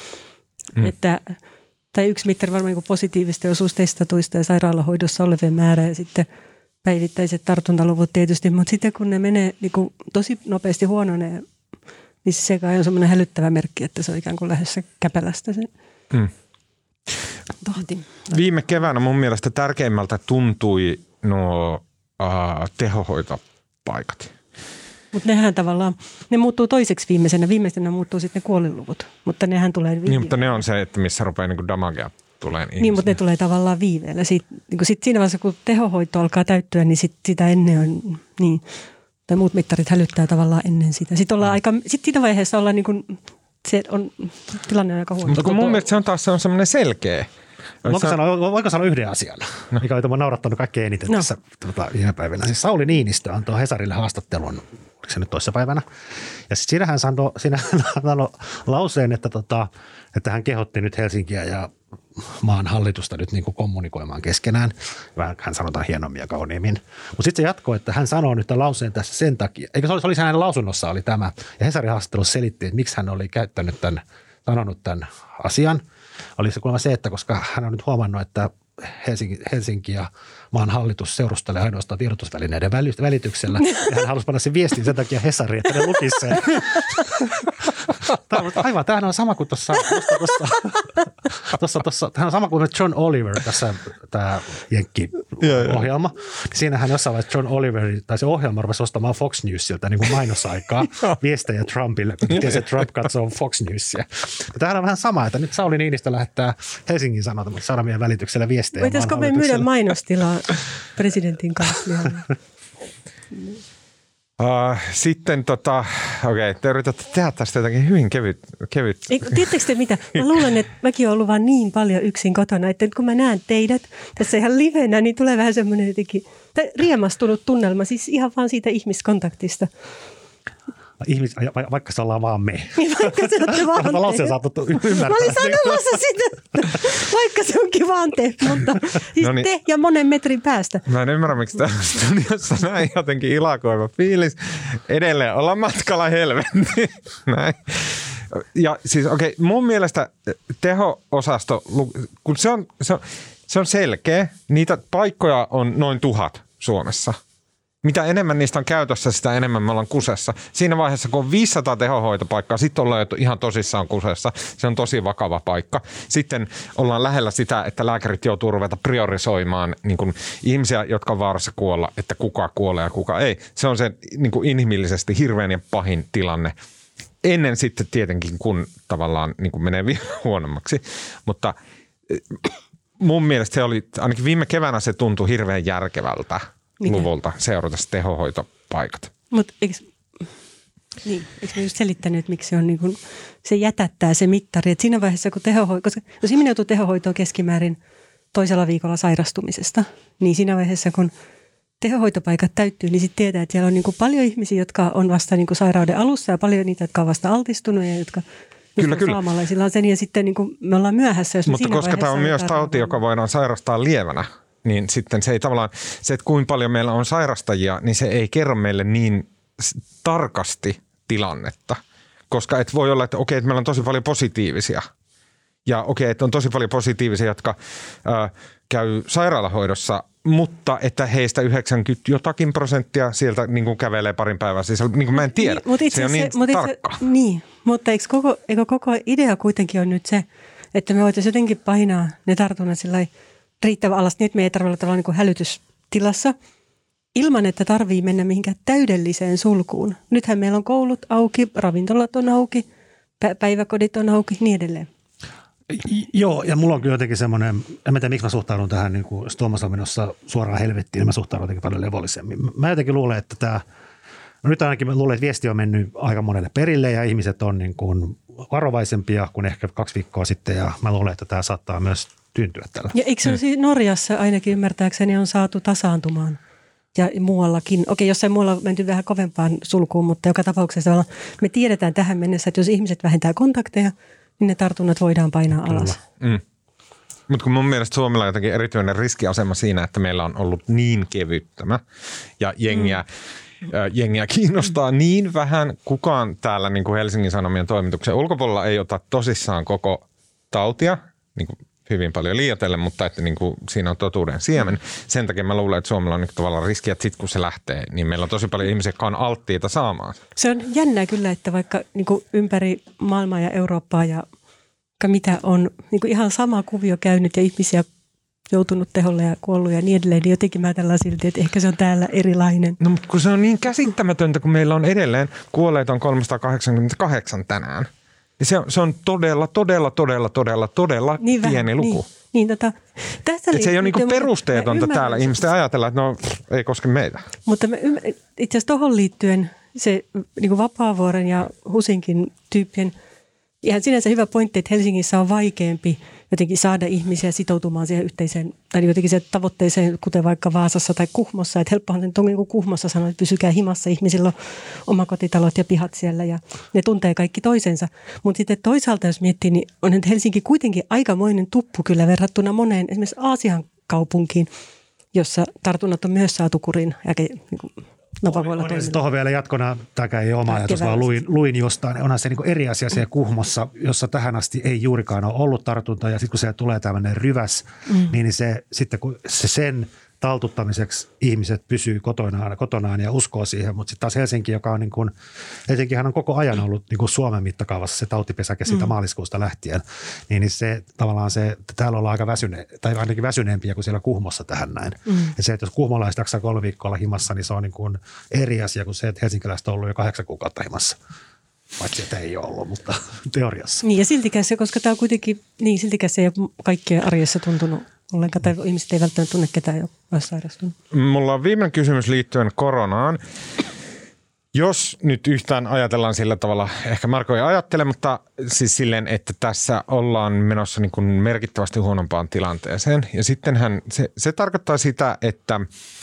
Tai yksi mittari varmaan niin positiivisten osuus testatuista ja sairaalahoidossa olevien määrä ja sitten päivittäiset tartuntaluvut tietysti, mutta sitten kun ne menee niin kuin tosi nopeasti huononee, niin se kai on semmoinen hälyttävä merkki, että se on ikään kuin lähdössä käpälästä se tohti. Viime keväänä mun mielestä tärkeimmältä tuntui nuo tehohoitopaikat. Mutta nehän tavallaan, ne muuttuu toiseksi viimeisenä muuttuu sitten ne kuolinluvut, mutta nehän tulee viiveellä. Niin, mutta ne on se, että missä rupeaa niin damagea tulee ihmisiä. Niin, mutta ne tulee tavallaan viiveellä. Sitten siinä vaiheessa, kun tehohoito alkaa täyttyä, niin sitä ennen on, niin, tai muut mittarit hälyttää tavallaan ennen sitä. Sitten siinä vaiheessa ollaan niin kuin, se on, tilanne on aika huono. Mutta mun mielestä se on taas semmoinen selkeä. Voinko sanoa yhden asian, mikä on naurattanut kaikkein eniten tässä viime päivänä. Siis Sauli Niinistö antoi Hesarille haastattelun, oliko se nyt toissa päivänä. Ja siinä hän sanoi lauseen, että hän kehotti nyt Helsinkiä ja maan hallitusta nyt niin kuin kommunikoimaan keskenään. Hän sanotaan hienommin ja kauniimmin. Mutta sitten se jatkoi, että hän sanoo nyt tämän lauseen tässä sen takia. Eikö se olisi hänen lausunnossa oli tämä. Ja Hesarin haastattelussa selitti, että miksi hän oli sanonut tämän asian. Oli se kuulemma se, että koska hän on nyt huomannut, että Helsinki ja maan hallitus seurustelee ainoastaan tiedotusvälineiden välityksellä. Ja hän halusi panna sen viestin sen takia Hesariin, että ne lukisi sen. Aivan, tämähän on sama kuin tuossa tämähän on sama kuin John Oliver tässä, tämä Jenkki-ohjelma. Siinähän jossain vaiheessa John Oliver, tai se ohjelma rupesi ostamaan Fox Newsilta niin kuin mainosaikaa viestejä Trumpille, kun se Trump katsoo Fox Newsia. Ja tämähän on vähän sama, että nyt Sauli Niinistö lähettää Helsingin sanomien välityksellä viestejä. Voitaisiko me myydä mainostilaa presidentin kanslialle? Sitten te yritätte tehdä tästä jotakin hyvin kevyt. Tiedättekö te mitä? Mä luulen, että mäkin olen ollut vaan niin paljon yksin kotona, että kun mä näen teidät tässä ihan livenä, niin tulee vähän semmoinen jotenkin riemastunut tunnelma, siis ihan vaan siitä ihmiskontaktista. Vaikka se ollaan vaan me. Vaikka se olette vaan te. Lauseen saatettu ymmärtää. Mä olin sanomassa sitä, vaikka se onkin vaan te, mutta siis Noniin. Te ja monen metrin päästä. Mä en ymmärrä, miksi täällä studiossa näin jotenkin ilakoiva fiilis. Edelleen ollaan matkalla helvettiin. Näin. Ja siis mun mielestä teho-osasto, kun se on selkeä, niitä paikkoja on noin 1000 Suomessa. Mitä enemmän niistä on käytössä, sitä enemmän me ollaan kusessa. Siinä vaiheessa, kun on 500 tehohoitopaikkaa, sitten ollaan ihan tosissaan kusessa. Se on tosi vakava paikka. Sitten ollaan lähellä sitä, että lääkärit joutuu ruveta priorisoimaan niin kuin ihmisiä, jotka on vaarassa kuolla, että kuka kuolee ja kuka ei. Se on se niin kuin inhimillisesti hirveän ja pahin tilanne. Ennen sitten tietenkin, kun tavallaan niin kuin menee vielä huonommaksi. Mutta mun mielestä se oli, ainakin viime keväänä se tuntui hirveän järkevältä luvulta seurata se tehohoitopaikat. Mutta eikö me just selittänyt, että miksi se on niin kuin, se jätättää se mittari. Että siinä vaiheessa, kun koska jos ihminen joutuu tehohoitoon keskimäärin toisella viikolla sairastumisesta, niin siinä vaiheessa, kun tehohoitopaikat täyttyy, niin sitten tietää, että siellä on niin kuin paljon ihmisiä, jotka on vasta niin kuin sairauden alussa ja paljon niitä, jotka on vasta altistunut ja jotka kyllä. Saamalaisilla on sen ja sitten niin kuin me ollaan myöhässä. Mutta koska tämä on myös tauti, joka voidaan sairastaa lievänä, niin sitten se ei tavallaan, se, että kuinka paljon meillä on sairastajia, niin se ei kerro meille niin tarkasti tilannetta. Koska et voi olla, että okei, että meillä on tosi paljon positiivisia. Ja okei, että on tosi paljon positiivisia, jotka käy sairaalahoidossa, mutta että heistä 90% sieltä niin kuin kävelee parin päivän sisällä. Niin kuin mä en tiedä. Se on niin tarkka. Niin, mutta eikö koko idea kuitenkin on nyt se, että me voitaisiin jotenkin painaa ne tartunnat riittävän alas, niin että me ei tarvitse olla niin kuin hälytystilassa ilman, että tarvii mennä mihinkään täydelliseen sulkuun. Nythän meillä on koulut auki, ravintolat on auki, päiväkodit on auki, niin edelleen. Joo, ja mulla on kyllä jotenkin semmoinen, en tiedä miksi mä suhtaudun tähän, niin kuin Tuomas on menossa suoraan helvettiin, niin mä suhtaudun jotenkin paljon levollisemmin. Mä jotenkin luulen, että nyt ainakin mä luulen, että viesti on mennyt aika monelle perille ja ihmiset on niin kuin varovaisempia kuin ehkä 2 viikkoa sitten ja mä luulen, että tämä saattaa myös tyyntyä tällä. Ja eikö se ole Norjassa ainakin ymmärtääkseni on saatu tasaantumaan ja muuallakin? Okei, jossain muualla on menty vähän kovempaan sulkuun, mutta joka tapauksessa me tiedetään tähän mennessä, että jos ihmiset vähentää kontakteja, niin ne tartunnat voidaan painaa alas. Mutta kun mun mielestä Suomella on jotenkin erityinen riskiasema siinä, että meillä on ollut niin kevyttömä ja jengiä kiinnostaa niin vähän. Kukaan täällä niin kuin Helsingin Sanomien toimituksen ulkopuolella ei ota tosissaan koko tautia, niin kuin hyvin paljon liioitellen, mutta että niin kuin siinä on totuuden siemen. Sen takia mä luulen, että Suomella on niin tavallaan riski, että sitten kun se lähtee, niin meillä on tosi paljon ihmisiä, jotka on alttiita saamaan. Se on jännää kyllä, että vaikka niin kuin ympäri maailmaa ja Eurooppaa ja mitä on niin kuin ihan sama kuvio käynyt ja ihmisiä joutunut teholle ja kuollut ja niin edelleen, niin jotenkin mä ajatellaan silti, että ehkä se on täällä erilainen. No mutta kun se on niin käsittämätöntä, kun meillä on edelleen kuolleita on 388 tänään. Ja se on todella niin pieni luku. Se ei ole niinku perusteetonta täällä ihmisten ajatella, että no ei koske meitä. Mutta itse asiassa tuohon liittyen se niinku Vapaavuoren ja Husinkin tyyppien ihan sinänsä hyvä pointti, että Helsingissä on vaikeampi jotenkin saada ihmisiä sitoutumaan siihen yhteiseen tai jotenkin siihen tavoitteeseen, kuten vaikka Vaasassa tai Kuhmossa. Että helppohan nyt on niin kuin Kuhmossa sanoa, että pysykää himassa. Ihmisillä on omakotitalot ja pihat siellä ja ne tuntee kaikki toisensa. Mutta sitten toisaalta, jos miettii, niin on Helsinki kuitenkin aikamoinen tuppu kyllä verrattuna moneen esimerkiksi Aasian kaupunkiin, jossa tartunnat on myös saatu kuriin tuohon vielä jatkona, tämä ei ole oma ajatus, vaan luin jostain. Onhan se niin eri asia siellä Kuhmossa, jossa tähän asti ei juurikaan ole ollut tartunta. Ja sitten kun siellä tulee tämmöinen ryväs, niin se sitten kun se sen taltuttamiseksi ihmiset pysyy kotonaan ja uskoo siihen. Mutta sitten taas Helsinki, joka on niin kuin, Helsinkihän on koko ajan ollut niin kuin Suomen mittakaavassa se tautipesäke siitä maaliskuusta lähtien. Niin se tavallaan se, täällä ollaan aika tai ainakin väsyneempiä kuin siellä Kuhmossa tähän näin. Ja se, että jos kuhmolaiset jaksaa 3 viikkoa olla himassa, niin se on niin kuin eri asia kuin se, että helsinkiläiset on ollut jo 8 kuukautta himassa. Paitsi, että ei ole ollut, mutta teoriassa. Niin ja siltikäs se, koska tämä on kuitenkin, niin siltikäs se ei ole kaikkien arjessa tuntunut ollenkaan, tai ihmiset ei välttämättä tunne ketään, joka olisi sairastunut. Mulla on viimeinen kysymys liittyen koronaan. Jos nyt yhtään ajatellaan sillä tavalla, ehkä Marko ei ajattele, mutta siis silleen, että tässä ollaan menossa niin kuin merkittävästi huonompaan tilanteeseen. Ja sittenhän se tarkoittaa sitä, että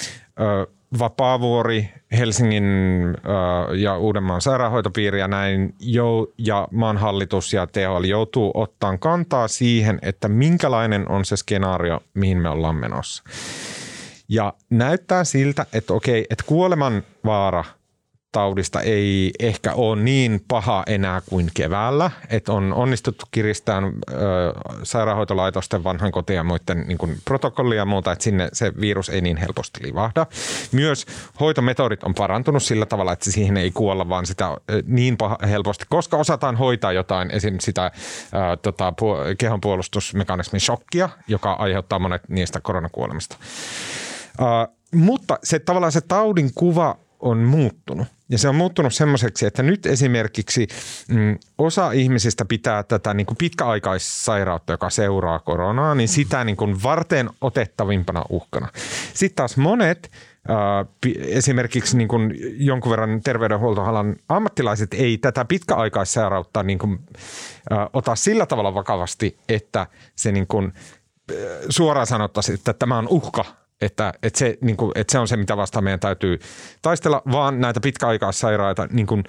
Vapaavuori, Helsingin ja Uudenmaan sairaanhoitopiiri ja näin ja maan hallitus ja THL joutuu ottamaan kantaa siihen, että minkälainen on se skenaario, mihin me ollaan menossa. Ja näyttää siltä, että okei, että kuoleman vaara taudista ei ehkä ole niin paha enää kuin keväällä, että on onnistuttu kiristämään sairaanhoitolaitosten, vanhainkotiin ja muiden niin kuin protokollia ja muuta, että sinne se virus ei niin helposti livahda. Myös hoitometodit on parantunut sillä tavalla, että siihen ei kuolla vaan sitä niin helposti, koska osataan hoitaa jotain, esim. Sitä kehon puolustusmekanismin shokkia, joka aiheuttaa monet niistä koronakuolemista. Mutta tavallaan se taudin kuva on muuttunut. Ja se on muuttunut semmoiseksi, että nyt esimerkiksi osa ihmisistä pitää tätä niin kuin pitkäaikaissairautta, joka seuraa koronaa, niin sitä niin kuin varten otettavimpana uhkana. Sitten taas monet esimerkiksi niin kuin jonkun verran terveydenhuoltoalan ammattilaiset ei tätä pitkäaikaissairautta niin kuin, ota sillä tavalla vakavasti, että se niin kuin, suoraan sanottaisiin, että tämä on uhka. Että se on se, mitä vastaan meidän täytyy taistella, vaan näitä pitkäaikaissairaita niin kuin,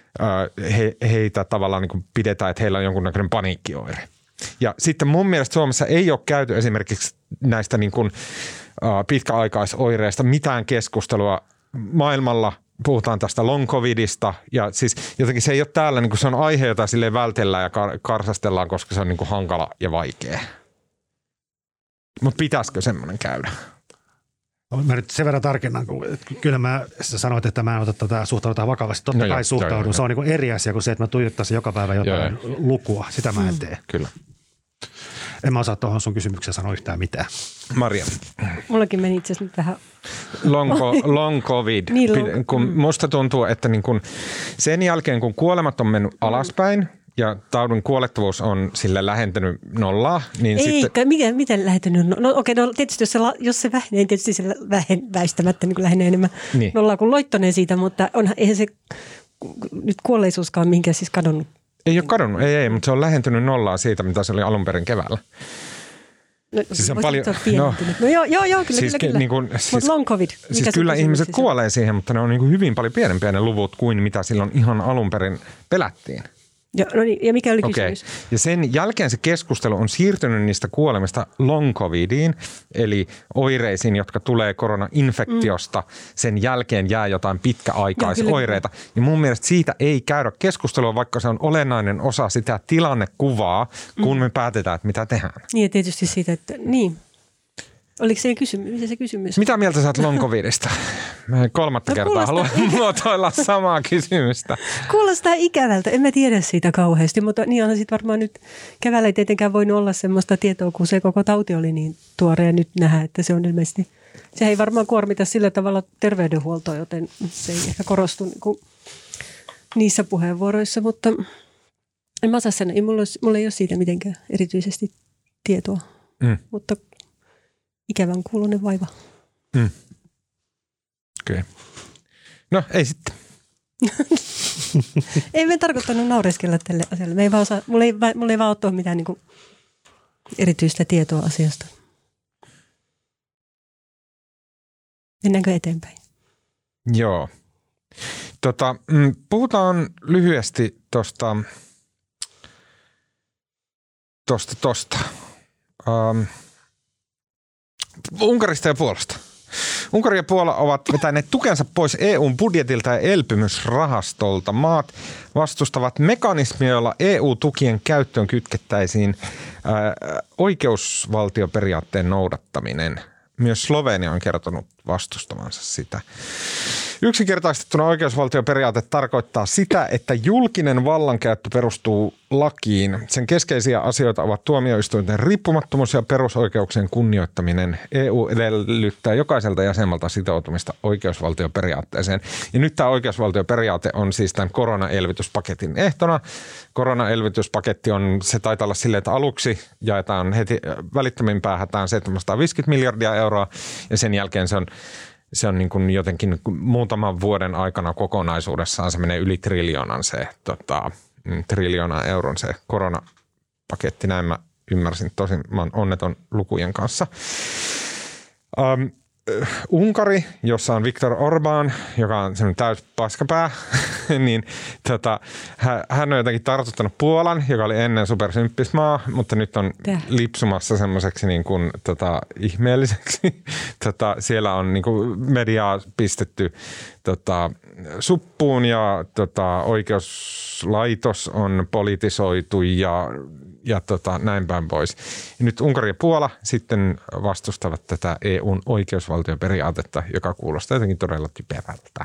heitä tavallaan niin kuin pidetään, että heillä on jonkunnäköinen paniikkioire. Ja sitten mun mielestä Suomessa ei ole käyty esimerkiksi näistä niin kuin, pitkäaikaisoireista mitään keskustelua maailmalla. Puhutaan tästä long covidista ja siis jotenkin se ei ole täällä, niin kuin se on aihe, jota silleen vältellään ja karsastellaan, koska se on niin kuin hankala ja vaikea. Mutta pitäisikö semmoinen käydä? Mä nyt sen verran tarkennan, kun kyllä sä sanoit, että mä en ota tätä suhtaudutaan vakavasti. Totta kai suhtaudun. Se on niin eri asia kuin se, että mä tuijottaisin joka päivä jotain lukua. Sitä mä en tee. Kyllä. En mä osaa tuohon sun kysymykseen sanoa yhtään mitään. Maria. Mullakin meni itse asiassa nyt vähän. Long covid. Niin, kun musta tuntuu, että niin kun sen jälkeen, kun kuolemat on mennyt alaspäin, ja taudin kuolettavuus on sille lähentynyt nollaa, niin sitten... Miten lähentynyt? No okei, tietysti jos se vähenee, tietysti se väistämättä niin lähenee enemmän nollaa kuin loittoneen siitä, mutta eihän se nyt kuolleisuuskaan mihinkään siis kadonnut. Ei ole kadonnut, ei, mutta se on lähentynyt nollaa siitä, mitä se oli alun perin keväällä. No, siis on paljon... Joo, kyllä. Niin mutta long covid. Siis kyllä ihmiset kuolee siihen, mutta ne on niin kuin hyvin paljon pienempiä ne luvut kuin mitä silloin ihan alun perin pelättiin. Ja mikä oli kysymys? Ja sen jälkeen se keskustelu on siirtynyt niistä kuolemista long covidiin, eli oireisiin, jotka tulee koronainfektiosta. Sen jälkeen jää jotain pitkäaikaisoireita. Ja mun mielestä siitä ei käydä keskustelua, vaikka se on olennainen osa sitä tilannekuvaa, kun me päätetään, että mitä tehdään. Niin ja tietysti siitä, että niin. Oliko se kysymys? Mitä se kysymys? Mitä mieltä sä oot long covidista? Mä kolmatta kertaa haluan muotoilla samaa kysymystä. Kuulostaa ikävältä. En mä tiedä siitä kauheasti, mutta niin onhan sitten varmaan nyt keväällä ei tietenkään voinut olla semmoista tietoa, kun se koko tauti oli niin tuore ja nyt nähdään, että se on ilmeisesti, se ei varmaan kuormita sillä tavalla terveydenhuoltoa, joten se ei ehkä korostu niin kuin niissä puheenvuoroissa, mutta en mä osaa sanoa, mulla ei ole siitä mitenkään erityisesti tietoa, mutta ikävän kuuloinen vaiva. Okei. No, ei sitten. Ei me tarkoittanut naureskella tälle asialle. Mulla ei vaan ole tuohon mitään niin kuin erityistä tietoa asiasta. Mennäänkö eteenpäin? Joo. Puhutaan lyhyesti tuosta. Unkarista ja Puolasta. Unkari ja Puola ovat vetäneet tukensa pois EUn budjetilta ja elpymysrahastolta. Maat vastustavat mekanismia, jolla EU-tukien käyttöön kytkettäisiin oikeusvaltioperiaatteen noudattaminen. Myös Slovenia on kertonut vastustavansa sitä. Yksinkertaistettuna oikeusvaltioperiaate tarkoittaa sitä, että julkinen vallankäyttö perustuu lakiin. Sen keskeisiä asioita ovat tuomioistuinten riippumattomuus ja perusoikeuksien kunnioittaminen. EU edellyttää jokaiselta jäsenmalta sitoutumista oikeusvaltioperiaatteeseen. Ja nyt tämä oikeusvaltioperiaate on siis tämän koronaelvytyspaketin ehtona. Koronaelvytyspaketti on, se taitaa olla silleen, että aluksi jaetaan heti välittömin päähätään 750 miljardia euroa ja sen jälkeen se on niin kuin jotenkin muutaman vuoden aikana kokonaisuudessaan se menee yli triljoonaa euron se koronapaketti. Näin mä ymmärsin, tosin mä oon onneton lukujen kanssa. Unkari, jossa on Viktor Orbán, joka on semmoinen täys paskapää, niin hän on jotenkin tartuttanut Puolan, joka oli ennen supersymppismaa, mutta nyt on lipsumassa semmoiseksi niin kuin, ihmeelliseksi. Siellä on niin kuin mediaa pistetty suppuun ja oikeuslaitos on politisoitu ja näin päin pois. Ja nyt Unkari ja Puola sitten vastustavat tätä EUn oikeusvaltioperiaatetta, joka kuulostaa jotenkin todella typerältä.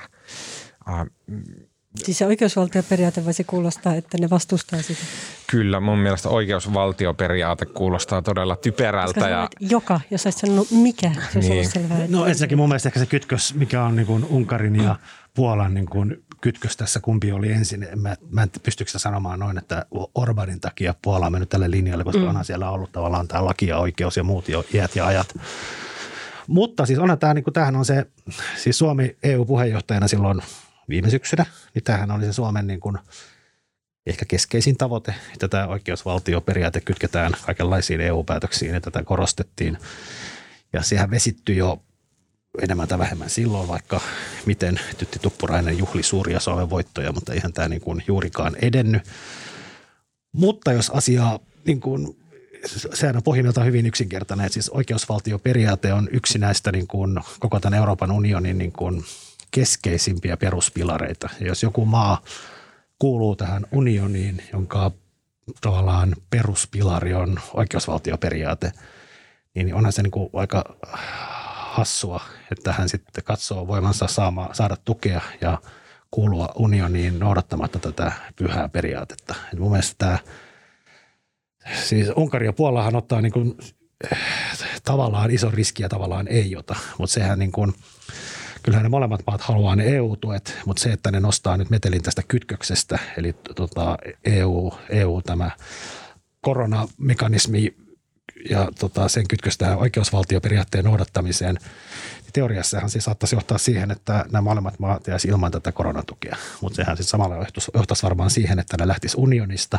Siis se oikeusvaltioperiaate voisi kuulostaa, että ne vastustaa sitä. Kyllä, mun mielestä oikeusvaltioperiaate kuulostaa todella typerältä. Koska joka, jos olisit sanonut mikä, se olisi ollut selvää. No ensinnäkin mun mielestä ehkä se kytkös, mikä on niin kuin Unkarin ja Puolan niin kuin kytkös tässä, kumpi oli ensin. Mä en pystyykö sitä sanomaan noin, että Orbanin takia Puola on mennyt tälle linjalle, koska onhan siellä ollut tavallaan tämä laki ja oikeus ja muut jo iät ja ajat. Mutta siis onhan tämä, niin kuin tämähän on se, siis Suomi EU-puheenjohtajana silloin viime syksynä, niin tämähän oli se Suomen niin kuin ehkä keskeisin tavoite, että tämä oikeusvaltioperiaate kytketään kaikenlaisiin EU-päätöksiin, ja tätä korostettiin. Ja sehän vesittyi jo enemmän tai vähemmän silloin, vaikka miten Tytti Tuppurainen juhli suuria Suomen voittoja, mutta eihän tämä niin kuin juurikaan edennyt. Mutta jos asiaa, niin kuin, sehän on pohjimmiltaan hyvin yksinkertainen, että siis oikeusvaltioperiaate on yksi näistä niin kuin koko tämän Euroopan unionin niin kuin keskeisimpiä peruspilareita. Ja jos joku maa kuuluu tähän unioniin, jonka tavallaan peruspilari on oikeusvaltioperiaate, niin onhan se niin kuin aika hassua, että hän sitten katsoo voimansa saada tukea ja kuulua unioniin noudattamatta tätä pyhää periaatetta. Et mun mielestä tämä, siis Unkari ja Puolahan ottaa niin kuin, tavallaan ison riski ja tavallaan ei ota, mutta sehän niin kuin, kyllähän ne molemmat maat haluaa ne EU-tuet, mutta se, että ne nostaa nyt metelin tästä kytköksestä, eli EU tämä koronamekanismi ja sen kytköstä oikeusvaltioperiaatteen noudattamiseen, niin teoriassahan se saattaisi johtaa siihen, että nämä molemmat maat jäisi ilman tätä koronatukea. Mutta sehän sitten samalla johtaisi varmaan siihen, että ne lähtisi unionista,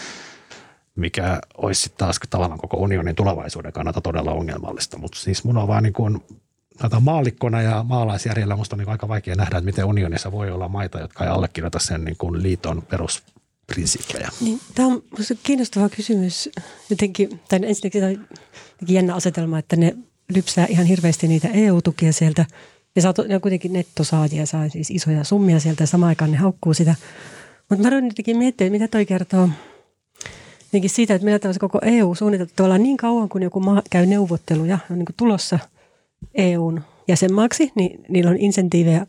mikä olisi sitten taas tavallaan koko unionin tulevaisuuden kannalta todella ongelmallista. Mutta siis mun on vaan niin kuin maallikkona ja maalaisjärjellä musta on niin aika vaikea nähdä, että miten unionissa voi olla maita, jotka ei allekirjoita sen niin kuin liiton perusprinsiippejä. Niin, tämä on kiinnostava kysymys. Jotenkin, tai ensinnäkin tämä on jännä asetelma, että ne lypsää ihan hirveästi niitä EU-tukia sieltä. Ne on kuitenkin nettosaajia, saa siis isoja summia sieltä ja samaan aikaan ne haukkuu sitä. Mutta mä yritin jotenkin miettiä, mitä toi kertoo jotenkin siitä, että meillä on koko EU suunniteltu tavallaan niin kauan, kun joku maa käy neuvotteluja, on niin kuin tulossa EUn jäsenmaaksi, niin niillä on insentiivejä,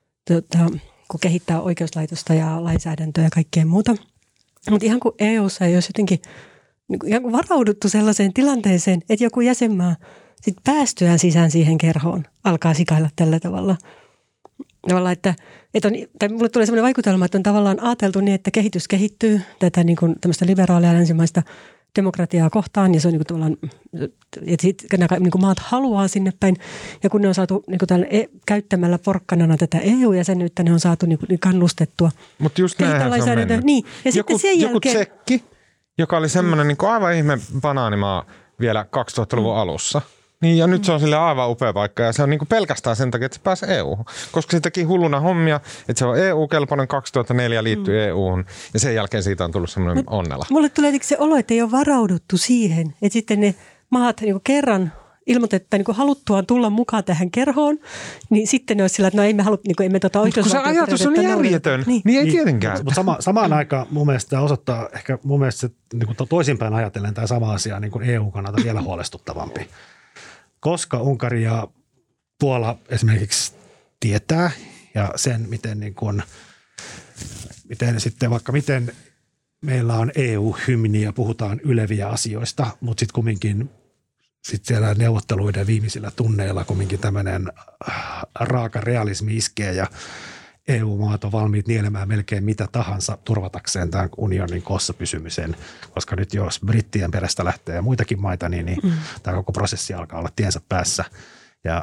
kun kehittää oikeuslaitosta ja lainsäädäntöä ja kaikkea muuta. Mutta ihan kuin EUssa ei olisi jotenkin ihan kuin varauduttu sellaiseen tilanteeseen, että joku jäsenmaa sitten päästyään sisään siihen kerhoon alkaa sikailla tällä tavalla. Tavallaan, että on, tai mulle tulee sellainen vaikutelma, että on tavallaan ajateltu niin, että kehitys kehittyy tätä niin kuin tämmöistä liberaalia länsimaista demokratiaa kohtaan, ja se on niin kuin tavallaan, että sitten nämä niin kuin maat haluaa sinne päin, ja kun ne on saatu niin kuin käyttämällä porkkanana tätä EU-jäsenyyttä, ne on saatu niin kuin kannustettua. Mutta just näinhän se on mennyt. Niin, ja sitten sen jälkeen joku Tsekki, joka oli semmoinen niin kuin aivan ihme banaanimaa vielä 2000-luvun alussa. Niin, ja nyt se on sille aivan upea paikka, ja se on niin kuin pelkästään sen takia, että se pääsi EU-hun. Koska se teki hulluna hommia, että se on EU-kelpoinen, 2004 liittyi EU-hun, ja sen jälkeen siitä on tullut semmoinen onnela. Mulle tulee se olo, että ei ole varauduttu siihen, että sitten ne maat niin kuin kerran ilmoitettiin niin haluttuaan tulla mukaan tähän kerhoon, niin sitten ne olisi sillä, että no ei me halua, niin emme oikeusvaltioperiaatetta. Kun se ajatus on järjetön, niin ei tietenkään. Mutta samaan aikaan mun mielestä osoittaa, ehkä mun mielestä se, niin kuin toisinpäin ajatellen tämä sama asia niin kuin EU-kannalta vielä huolestuttavampi. Koska Unkari ja Puola esimerkiksi tietää ja sen, miten, niin kuin, miten sitten vaikka miten meillä on EU-hymni ja puhutaan yleviä asioista, mutta sitten kumminkin sitten siellä neuvotteluiden viimeisillä tunneilla kumminkin tämmöinen raaka realismi iskee ja EU-maat on valmiit nielemään melkein mitä tahansa turvatakseen tämän unionin koossa pysymisen, koska nyt jos brittien perästä lähtee muitakin maita, niin tämä koko prosessi alkaa olla tiensä päässä. Ja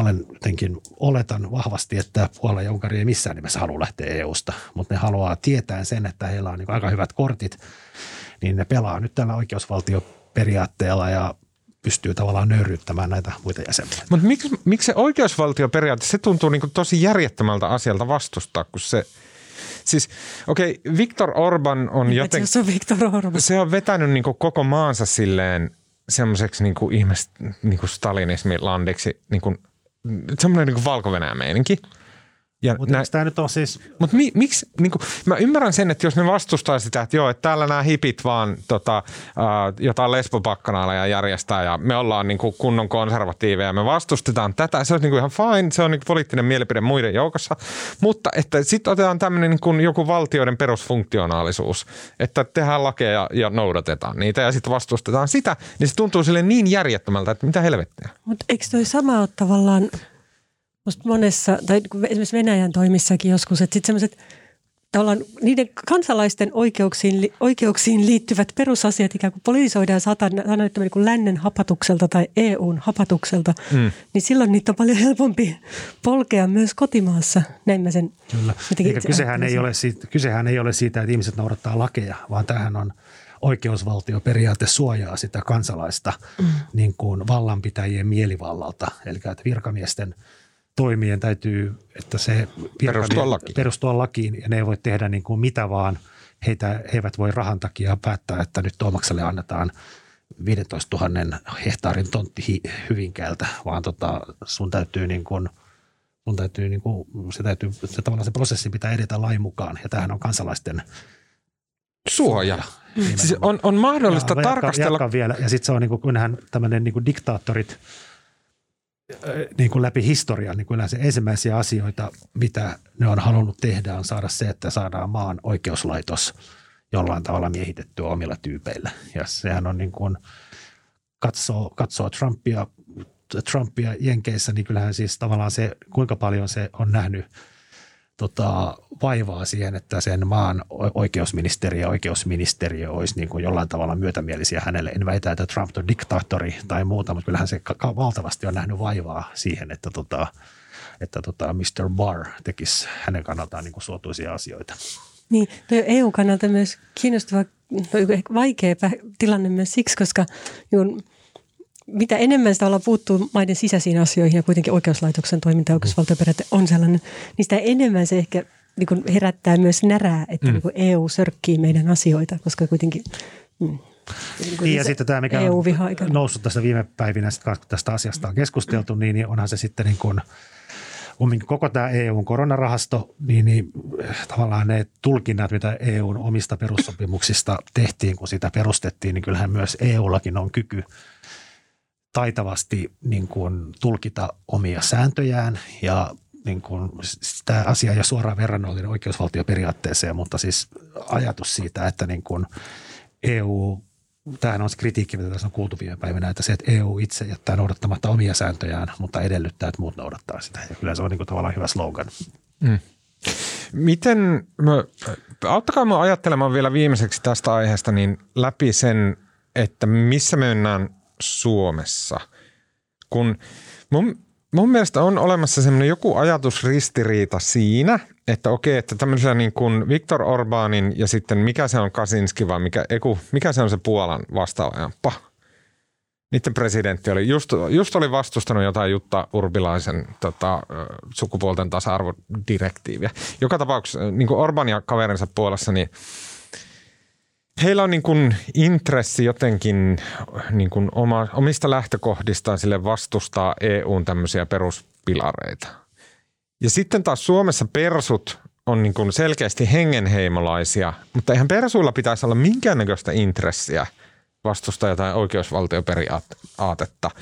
oletan vahvasti, että Puola ja Unkari ei missään nimessä halua lähteä EUsta, mutta ne haluaa tietää sen, että heillä on niin aika hyvät kortit, niin ne pelaa nyt tällä oikeusvaltioperiaatteella ja pystyy tavallaan nöyryyttämään näitä muita jäsenmaita. Mutta miksi se oikeusvaltioperiaate, se tuntuu niin kuin tosi järjettömältä asialta vastustaa, kun se, siis okei, Viktor Orban on jotenkin, se on vetänyt niin kuin koko maansa silleen semmoiseksi niin kuin niin kuin stalinismilandiksi, niin kuin semmoinen niin kuin Valko-Venäjän meininki. Mutta tämä nyt on siis... Mutta miksi, niin kuin, mä ymmärrän sen, että jos ne vastustaa sitä, että joo, että täällä nämä hipit vaan jotain lesbopakkanaalia järjestää ja me ollaan niin kuin kunnon konservatiiveja ja me vastustetaan tätä, se on niin kuin ihan fine, se on niin kuin poliittinen mielipide muiden joukossa, mutta että sitten otetaan tämmöinen niin kuin joku valtioiden perusfunktionaalisuus, että tehdään lakeja ja noudatetaan niitä ja sitten vastustetaan sitä, niin se tuntuu sille niin järjettömältä, että mitä helvettiä. Mutta eikö toi sama ole tavallaan... Musta monessa, tai esimerkiksi Venäjän toimissakin joskus, että sitten semmoiset tavallaan niiden kansalaisten oikeuksiin liittyvät perusasiat ikään kuin politisoidaan ja saadaan niin kuin lännen hapatukselta tai EUn hapatukselta, niin silloin niitä on paljon helpompi polkea myös kotimaassa. Näin mä sen Kyllä. Eikä kysehän ei ole siitä, että ihmiset noudattaa lakeja, vaan tämähän on oikeusvaltioperiaate suojaa sitä kansalaista niin kuin vallanpitäjien mielivallalta, eli että virkamiesten toimien täytyy, että se perustua lakiin ja ne ei voi tehdä niin kuin mitä vaan. He eivät voi rahan takia päättää, että nyt Tuomakselle annetaan 15 000 hehtaarin tontti Hyvinkäältä, vaan sun täytyy se prosessi pitää edetä lain mukaan ja tämähän on kansalaisten suoja. Siis on mahdollista tarkastella. Jatkan vielä. Ja sitten se on kyllähän tämmöinen diktaattorit läpi historian, niin kyllä se ensimmäisiä asioita, mitä ne on halunnut tehdä, on saada se, että saadaan maan oikeuslaitos jollain tavalla miehitettyä omilla tyypeillä. Ja sehän on katsoo Trumpia Jenkeissä, niin kyllähän siis tavallaan se, kuinka paljon se on nähnyt vaivaa siihen, että sen maan oikeusministeriö olisi niin kuin jollain tavalla myötämielisiä hänelle. En väitä, että Trump on diktaattori tai muuta, mutta kyllähän se valtavasti on nähnyt vaivaa siihen, että Mr. Barr tekisi hänen kannaltaan niin kuin suotuisia asioita. Niin, tuo EU-kannalta myös kiinnostava, vaikea tilanne myös siksi, koska mitä enemmän sitä ollaan puuttuu maiden sisäisiin asioihin ja kuitenkin oikeuslaitoksen toiminta ja oikeusvaltioperiaate on sellainen, niin sitä enemmän se ehkä niin kuin herättää myös närää, että niin kuin EU sörkkii meidän asioita, koska kuitenkin... Niin ja sitten tämä, mikä on noussut tässä viime päivinä, kun tästä asiasta on keskusteltu, niin onhan se sitten niin kuin koko tämä EUn koronarahasto, niin tavallaan ne tulkinnat, mitä EUn omista perussopimuksista tehtiin, kun sitä perustettiin, niin kyllähän myös EUllakin on kyky taitavasti niin kuin tulkita omia sääntöjään ja niin kuin sitä asiaa ja suoraan verrannollinen oikeusvaltioperiaatteeseen, mutta siis ajatus siitä, että niin kuin EU, tämähän on se kritiikki, mitä tässä on kuultu viime päivänä, että se, että EU itse jättää noudattamatta omia sääntöjään, mutta edellyttää, että muut noudattaa sitä. Ja kyllä se on niin kuin tavallaan hyvä slogan. Auttakaa minua ajattelemaan vielä viimeiseksi tästä aiheesta niin läpi sen, että missä me mennään Suomessa, kun mun mielestä on olemassa semmoinen joku ajatusristiriita siinä, että okei, että tämmöisellä niin kuin Viktor Orbánin ja sitten mikä se on Kaczynski vai mikä se on se Puolan vastaaja, niiden presidentti oli just oli vastustanut jotain Jutta Urpilaisen sukupuolten tasa-arvodirektiiviä. Joka tapauksessa niin kuin Orbán ja kaverinsa Puolassa, niin heillä on niin kuin intressi jotenkin niin kuin omista lähtökohdistaan sille vastustaa EUn tämmöisiä peruspilareita. Ja sitten taas Suomessa persut on niin kuin selkeästi hengenheimolaisia, mutta eihän persuilla pitäisi olla minkäännäköistä intressiä vastustaa jotain oikeusvaltioperiaatetta.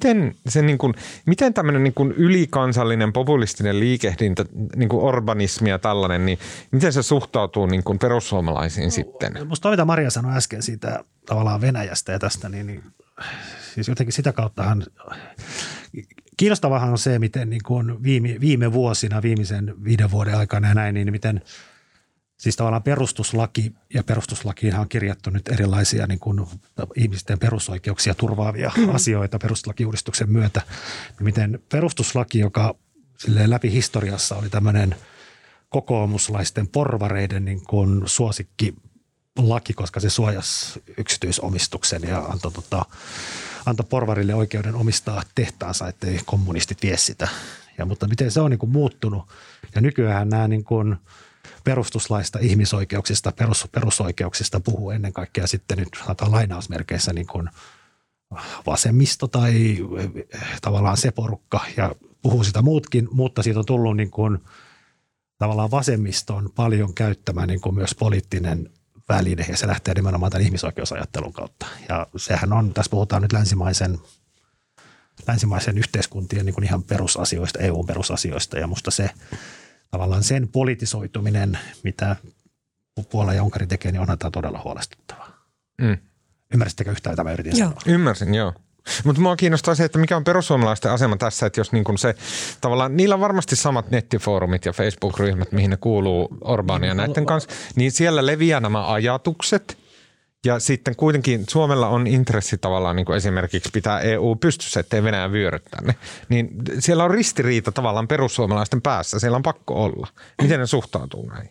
Miten tämmöinen niin kuin ylikansallinen populistinen liikehdintä, niin kuin orbanismi ja tällainen, niin miten se suhtautuu niin kuin perussuomalaisiin sitten? Musta mitä Maria sanoi äsken siitä tavallaan Venäjästä ja tästä, niin siis jotenkin sitä kauttahan kiinnostavahan on se, miten niin kuin viime vuosina, viimeisen 5 vuoden aikana ja näin, niin miten siis tavallaan perustuslaki ja perustuslakiinhan on kirjattu nyt erilaisia niin kuin ihmisten perusoikeuksia turvaavia asioita perustuslakiuudistuksen myötä. Miten perustuslaki, joka silleen läpi historiassa oli tämmöinen kokoomuslaisten porvareiden niin kuin suosikkilaki, koska se suojasi yksityisomistuksen ja antoi porvarille oikeuden omistaa tehtaansa, ettei kommunistit vie sitä. Mutta miten se on niin kuin muuttunut ja nykyään nämä niin kuin perustuslaista ihmisoikeuksista, perusoikeuksista puhuu ennen kaikkea sitten nyt lainausmerkeissä niin kuin vasemmisto tai tavallaan se porukka ja puhuu sitä muutkin, mutta siitä on tullut niin kuin tavallaan vasemmiston paljon käyttämä niin kuin myös poliittinen väline, ja se lähtee nimenomaan tämän ihmisoikeusajattelun kautta. Ja sehän on, tässä puhutaan nyt länsimaisen yhteiskuntien niin kuin ihan perusasioista, EU-perusasioista, ja musta se tavallaan sen politisoituminen, mitä Puola ja Unkari tekee, niin onhan tämä todella huolestuttavaa. Ymmärsittekö yhtään, mitä mä yritin sanoa? Ymmärsin, joo. Mutta mua kiinnostaa se, että mikä on perussuomalaisten asema tässä, että jos niin kun se tavallaan, niillä on varmasti samat nettifoorumit ja Facebook-ryhmät, mihin ne kuuluu Orbania ja näiden kanssa, niin siellä leviää nämä ajatukset ja sitten kuitenkin Suomella on intressi tavallaan niin kuin esimerkiksi pitää EU pystyssä, ettei Venäjä vyöry tänne. Niin siellä on ristiriita tavallaan perussuomalaisten päässä, siellä on pakko olla. Miten ne suhtautuu näihin?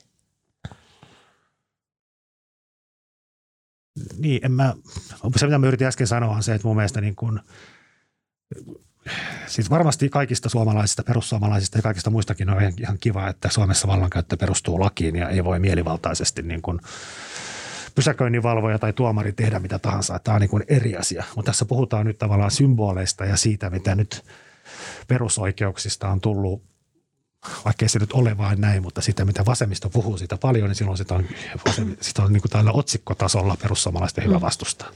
Niin, se mitä mä yritin äsken sanoa on se, että mun mielestä niin kuin, siis varmasti kaikista suomalaisista, perussuomalaisista ja kaikista muistakin on ihan kiva, että Suomessa vallankäyttö perustuu lakiin ja ei voi mielivaltaisesti niin kuin pysäköinninvalvoja tai tuomari tehdä mitä tahansa. Tämä on niin kuin eri asia, mutta tässä puhutaan nyt tavallaan symboleista ja siitä, mitä nyt perusoikeuksista on tullut, vaikkei se nyt ole vain näin, mutta sitä, mitä vasemmisto puhuu siitä paljon, niin silloin sitä on niin kuin tällä otsikkotasolla perussuomalaisten hyvä vastustaa.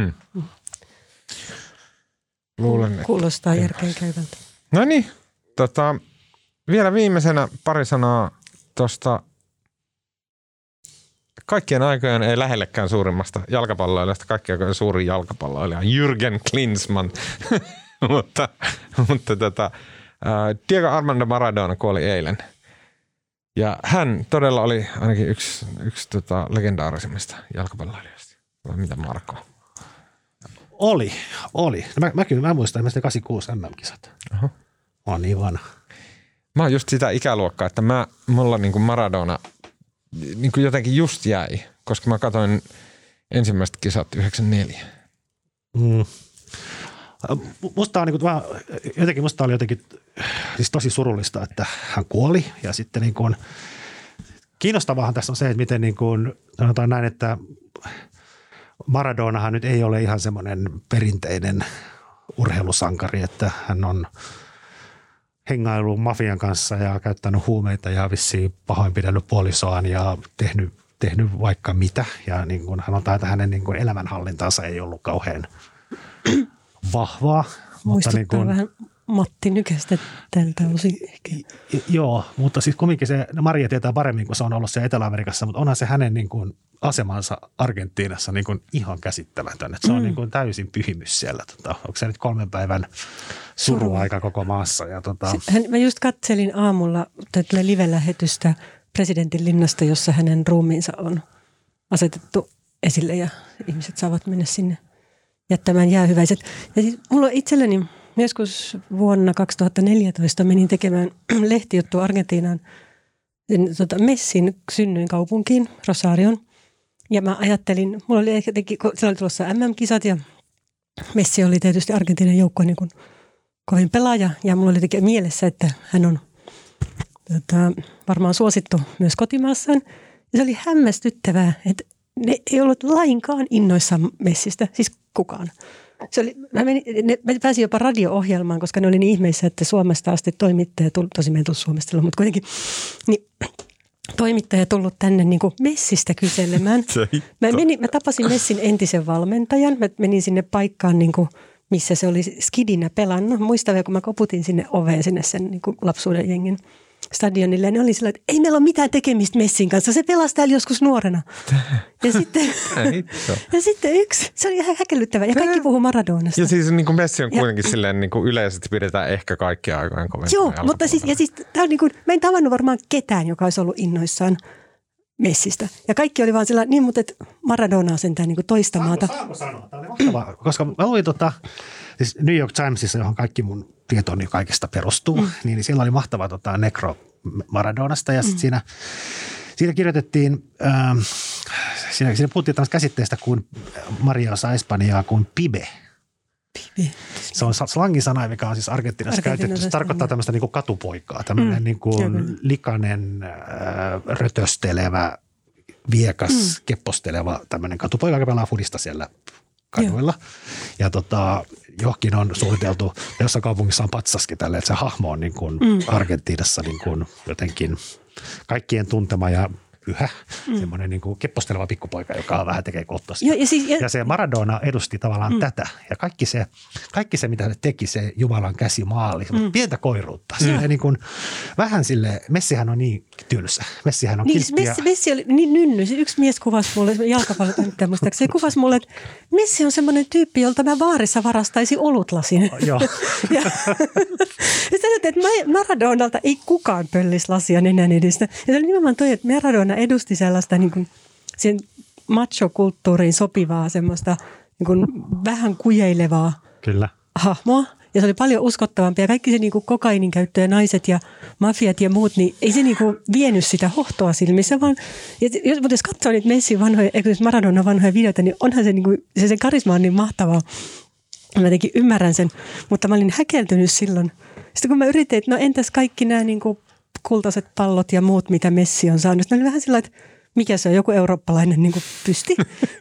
Luulen, että kuulostaa järkeenkäyvältä. No niin, vielä viimeisenä pari sanaa tuosta kaikkien aikojen ei lähellekään suurimmasta jalkapalloilijasta, kaikkien aikojen suurin jalkapalloilija Jürgen Klinsmann, mutta Diego Armando Maradona kuoli eilen. Ja hän todella oli ainakin yksi legendaarisimmista jalkapalloilijoista. Vai mitä, Marko? Oli. Mä muistan esimerkiksi 86 MM-kisat. Mä oon niin vanha. Mä oon just sitä ikäluokkaa, että mulla niin kuin Maradona niin kuin jotenkin just jäi, koska mä katsoin ensimmäiset kisat 94. Musta oli jotenkin siis tosi surullista, että hän kuoli, ja sitten niin kuin kiinnostavahan tässä on se, että miten niin kuin sanotaan näin, että Maradonahan nyt ei ole ihan semmoinen perinteinen urheilusankari, että hän on hengaillut mafian kanssa ja käyttänyt huumeita ja vissiin pahoinpidellyt puolisoaan ja tehnyt vaikka mitä. Ja niin kuin sanotaan, että hänen niin kuin elämänhallintansa ei ollut kauhean vahvaa. Muistuttaa niin kuin vähän Matti Nykästä tältä osin ehkä. Joo, mutta siis kumminkin se, Maria tietää paremmin, kun se on ollut siellä Etelä-Amerikassa, mutta onhan se hänen niin kuin asemansa Argentiinassa niin kuin ihan käsittämätön. Että se on niin kuin täysin pyhimys siellä. Onko se nyt 3 päivän suruaika koko maassa? Ja mä just katselin aamulla tätä live-lähetystä presidentin linnasta, jossa hänen ruumiinsa on asetettu esille ja ihmiset saavat mennä sinne jättämään jäähyväiset. Ja siis mulla itselleni joskus vuonna 2014 menin tekemään lehtijuttua Argentiinaan Messin synnyinkaupunkiin, Rosarioon. Ja mä ajattelin, mulla oli jotenkin, siellä oli tulossa MM-kisat ja Messi oli tietysti Argentiinan joukkojen niin kuin kovin pelaaja. Ja mulla oli mielessä, että hän on varmaan suosittu myös kotimaassaan. Ja se oli hämmästyttävää, että ne ei ollut lainkaan innoissaan Messistä, siis kukaan. Mä pääsin jopa radio-ohjelmaan, koska ne oli niin ihmeissä, että Suomesta asti toimittaja tullut, tosi meidän tullut Suomesta, mutta kuitenkin, niin toimittaja tullut tänne niin kuin Messistä kyselemään. Mä tapasin Messin entisen valmentajan, mä menin sinne paikkaan, niin kuin, missä se oli skidinä pelannut. Muistan vielä, kun mä koputin sinne oveen, sinne sen niin kuin lapsuuden jengin stadionille, ja ne oli sillä, että ei meillä ole mitään tekemistä Messin kanssa, se pelasi täällä joskus nuorena. Ja sitten yksi, se oli ihan häkellyttävä, ja kaikki puhuu Maradonasta. Ja siis niin kuin Messi on kuitenkin silleen, niin kuin yleisesti pidetään ehkä kaikkia aikojen kovempaa. Joo, mutta siis tää on niin kuin, mä en tavannut varmaan ketään, joka olisi ollut innoissaan Messistä. Ja kaikki oli vaan sillä, niin mutta Maradona on sentään niin kuin toista maata. Saanko sanoa? Tämä oli mahtavaa, koska mä luin siis New York Timesissa, johon kaikki mun tietoni kaikesta perustuu, niin siellä oli mahtava nekro Maradonasta, ja sitten siinä kirjoitettiin, siinä puhuttiin tällaista käsitteestä kuin Maria osaa Espanjaa kuin pibe. Se on slangisana, mikä on siis Argentiinassa käytetty. Se tarkoittaa tämmöistä niin kuin katupoikaa, tämmöinen niin kuin likainen, rötöstelevä, viekas, kepposteleva tämmöinen katupoika, joka pelaa fudista siellä kaduilla. Ja johonkin on suunniteltu, jossain kaupungissa on patsaskin tälle, että se hahmo on niin kuin Argentiinassa niin kuin jotenkin kaikkien tuntema ja pyhä, semmoinen niin kuin kepposteleva pikkupoika, joka vähän tekee kohtosia. Ja se Maradona edusti tavallaan tätä. Ja kaikki se, mitä ne teki, se Jumalan käsimaali, pientä koiruutta. Se niin kuin, vähän sille, Messihän on niin tylsä. Messihän on kilttiä. Messi oli niin nynny. Yksi mies kuvasi mulle, jalkapallotoimittaja muistaakseni, se kuvasi mulle, että Messi on semmoinen tyyppi, jolta mä baarissa varastaisin olutlasin. Joo. ja sanoin, että Maradonalta ei kukaan pöllisi lasia nenän edestä. Ja se oli nimenomaan toi, että Maradona edusti sellaista niin kuin sen macho-kulttuuriin sopivaa semmoista niin kuin vähän kujeilevaa hahmoa. Ja se oli paljon uskottavampi. Ja kaikki se niin kuin kokainin käyttö ja naiset ja mafiat ja muut, niin ei se niin kuin vienyt sitä hohtoa silmissä, vaan jos katsoo niitä Messin vanhoja, Maradona vanhoja videoita, niin onhan se, niin kuin, se karisma on niin mahtavaa. Mä jotenkin ymmärrän sen, mutta mä olin häkeltynyt silloin. Sitten kun mä yritin, että no entäs kaikki nämä niin kuin kultaiset pallot ja muut, mitä Messi on saanut. Mä olin vähän sillä että mikä se on, joku eurooppalainen niin kuin pysti.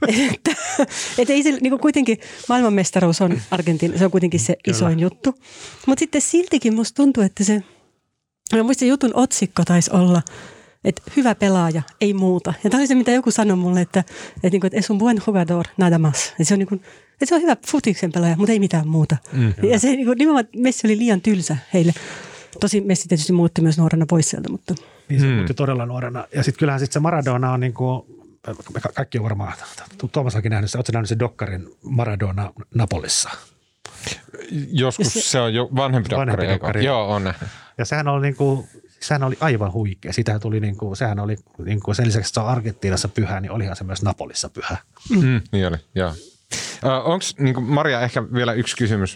että ei se niin kuin kuitenkin, maailmanmestaruus on Argentiina, se on kuitenkin se isoin juttu. Mutta sitten siltikin musta tuntuu, että se, mä muistin jutun otsikko taisi olla, että hyvä pelaaja, ei muuta. Ja tämä oli se, mitä joku sanoi mulle, että es un buen jugador, nada más. Että se on niin kuin, että se on hyvä futiksen pelaaja, mutta ei mitään muuta. Ja se niin kuin, nimenomaan Messi oli liian tylsä heille. Tosi Messi tietysti muutti myös nuorena pois sieltä, mutta... Niin se muutti todella nuorena. Ja sitten kyllähän se Maradona on niin kuin, kaikki on varmaan, Tuomas onkin nähnyt, oletko nähnyt se dokkarin Maradona Napolissa? Joskus se on jo vanhempi dokkari. Joo, on nähnyt. Ja sehän oli aivan huikea. Siitähän tuli sehän oli sen lisäksi, että se on Argentiinassa pyhä, niin olihan se myös Napolissa pyhä. Niin oli, joo. Onko, Maria, ehkä vielä yksi kysymys.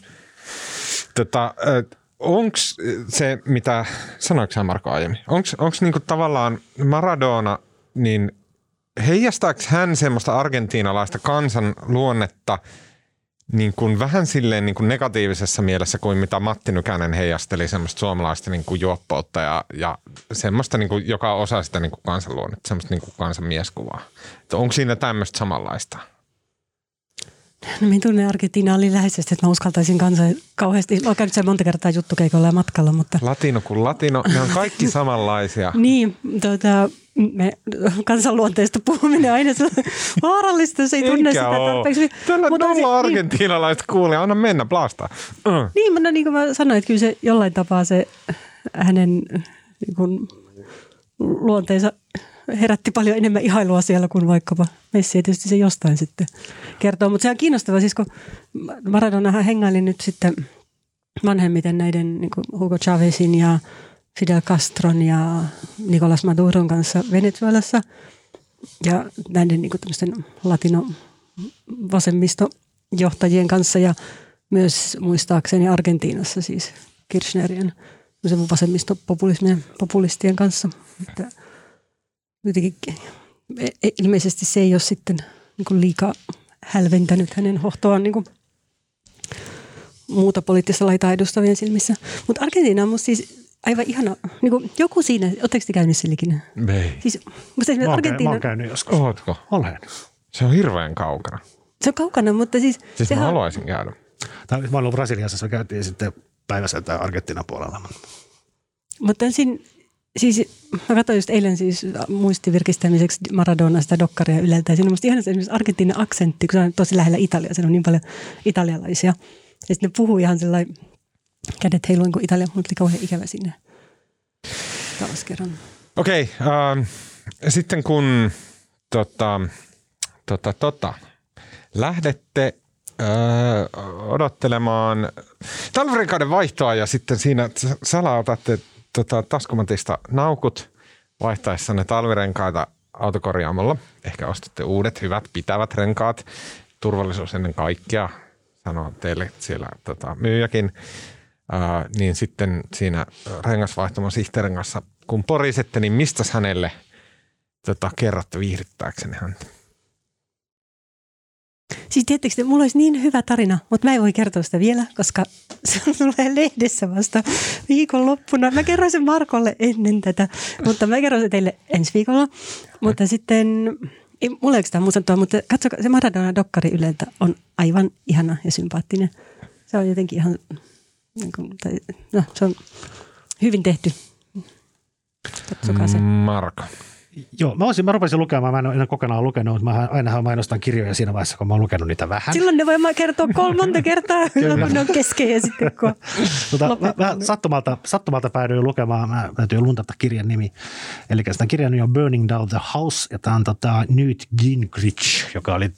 Onko se, mitä, sanoiko sä Marko aiemmin, onko niinku tavallaan Maradona, niin heijastaako hän semmoista argentiinalaista kansan luonnetta niin kuin vähän silleen niin kuin negatiivisessa mielessä kuin mitä Matti Nykänen heijasteli semmoista suomalaista niin kuin juoppoutta ja semmoista, niin kuin, joka osaa sitä niin kuin kansanluonnetta, semmoista niin kuin kansan mieskuvaa. Että onko siinä tämmöistä samanlaista? No minä tunnen Argentiinaa oli läheisesti, että mä uskaltaisin kanssa kauheasti. Olen käynyt siellä monta kertaa juttukeikolla ja matkalla, mutta... Latino kuin latino, ne on kaikki samanlaisia. Niin, me kansanluonteesta puhuminen aina se on vaarallista, jos ei tunne sitä tarpeeksi. Tällä nolla argentiinalaista kuulee, anna mennä, blastaa. Niin, niin kuin mä sanoin, että kyllä se jollain tapaa se hänen niin kuin, luonteensa herätti paljon enemmän ihailua siellä kuin vaikkapa Messi. Ja tietysti se jostain sitten kertoo. Mutta se on kiinnostavaa, siis kun Maradonahan hengaili nyt sitten vanhemmiten näiden niin kuin Hugo Chávezin ja Fidel Castron ja Nicolás Maduron kanssa Venezuelassa. Ja näiden niin kuin tämmöisten latino-vasemmistojohtajien kanssa ja myös muistaakseni Argentiinassa siis Kirchnerien vasemmistopopulistien kanssa. Että jotenkin ilmeisesti se ei ole sitten niin kuin liikaa hälventänyt hänen hohtoaan niin kuin muuta poliittista laitaa edustavien silmissä. Mutta Argentiina on musta siis aivan ihana. Niin kuin joku siinä, ootteko te käynyt siellä ikinä? Ei. Siis, mä oon käynyt joskus. Ootko? Olen. Se on hirveän kaukana. Se on kaukana, mutta siis... Siis mä haluaisin käydä. Mä olen ollut Brasiliassa, me käytiin sitten päiväseltä Argentiinan puolella. Mutta siinä... Siis mä katsoin just eilen siis muistivirkistämiseksi Maradona sitä dokkaria Yleltä. Ja siinä on musta ihana esimerkiksi Argentiinan aksentti, kun se on tosi lähellä Italiaa. Siellä on niin paljon italialaisia. Ja sitten ne puhuu ihan sellainen kädet heiluen kuin Italia. Mutta oli kauhean ikävä sinne taas kerran. Okei, sitten kun lähdette odottelemaan talvirenkaiden vaihtoa ja sitten siinä salautatte taskumatista naukut vaihtaessanne talvirenkaita autokorjaamolla. Ehkä ostatte uudet, hyvät, pitävät renkaat. Turvallisuus ennen kaikkea, sanoo teille siellä myyjäkin. Niin sitten siinä rengasvaihtamon sihteerin kanssa, kun porisette, niin mistäs hänelle kerrotte viihdyttääkseni häntä? Siis tietysti, että mulla olisi niin hyvä tarina, mutta mä en voi kertoa sitä vielä, koska se tulee lehdessä vasta viikonloppuna. Mä kerroin sen Markolle ennen tätä, mutta mä kerron sen teille ensi viikolla. Mutta sitten Ei mulla ei sitä musantoa, mutta katsokaa, se Maradona-dokkari Yleltä on aivan ihana ja sympaattinen. Se on jotenkin ihan, se on hyvin tehty. Katsokaa se. Marko. Joo, mä rupesin lukemaan, mä en ole enää kokonaan lukenut, mutta mä ainahan mainostan kirjoja siinä vaiheessa, kun mä oon lukenut niitä vähän. Silloin ne voi kertoa 3 kertaa, kun ne on kesken ja sitten kun mä sattumalta päädyin lukemaan, mä täytyy luntata kirjan nimi. Eli sitä kirjan nimi on Burning Down the House, ja tämä on Newt Gingrich, joka oli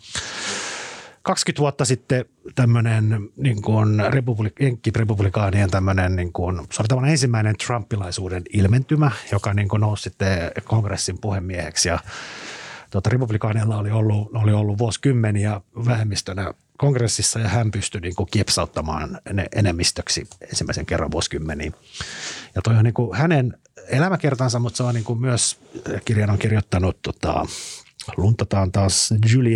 20 vuotta sitten tämmöinen niin kuin republikaanien tämmöinen, niin kuin, se oli tavallaan ensimmäinen trumpilaisuuden ilmentymä, joka niin kuin nousi sitten kongressin puhemieheksi. Ja republikaaneilla oli ollut vuosikymmeniä vähemmistönä kongressissa ja hän pystyi niin kuin kiepsauttamaan ne enemmistöksi ensimmäisen kerran vuosikymmeniin. Ja toi on niin kuin hänen elämäkertansa, mutta se on niin kuin myös, kirjan on kirjoittanut, luntataan taas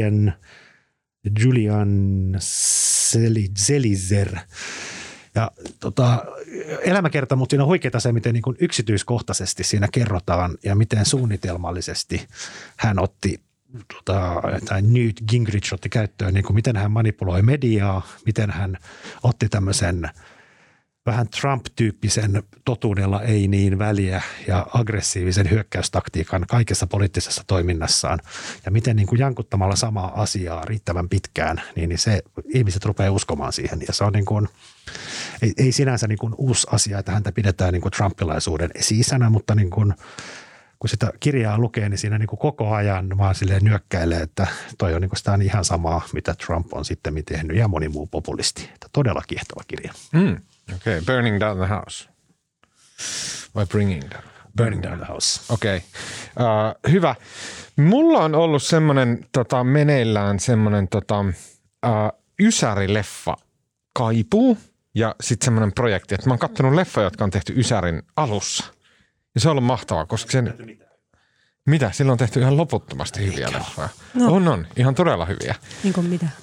Julian Zelizer. Ja elämäkerta, mutta siinä on huikeaa se, miten niin kuin yksityiskohtaisesti siinä kerrotaan ja miten suunnitelmallisesti hän otti, tai Newt Gingrich otti käyttöön, niin kuin miten hän manipuloi mediaa, miten hän otti tämmöisen vähän Trump-tyyppisen totuudella ei niin väliä ja aggressiivisen hyökkäystaktiikan kaikessa poliittisessa toiminnassaan. Ja miten niin kuin jankuttamalla samaa asiaa riittävän pitkään, niin se ihmiset rupeaa uskomaan siihen. Ja se on niin kuin, ei sinänsä niin kuin uusi asia, että häntä pidetään niin kuin trumpilaisuuden esi-isänä, mutta niin kuin, kun sitä kirjaa lukee, niin siinä niin kuin koko ajan vaan silleen nyökkäilee, että toi on, niin kuin sitä on ihan samaa, mitä Trump on sitten tehnyt ja moni muu populisti. Todella kiehtova kirja. Okei, Burning Down the House. Vai Bringing Down? Burning Down the House. Okei. Hyvä. Mulla on ollut semmoinen meneillään semmoinen Ysäri-leffa kaipuu ja sitten semmoinen projekti, että mä oon katsonut leffoja, jotka on tehty Ysärin alussa. Ja se on ollut mahtavaa, koska sen... Mitä? Silloin on tehty ihan loputtomasti hyviä leffoja. No. On. Ihan todella hyviä. Niin kuin mitä?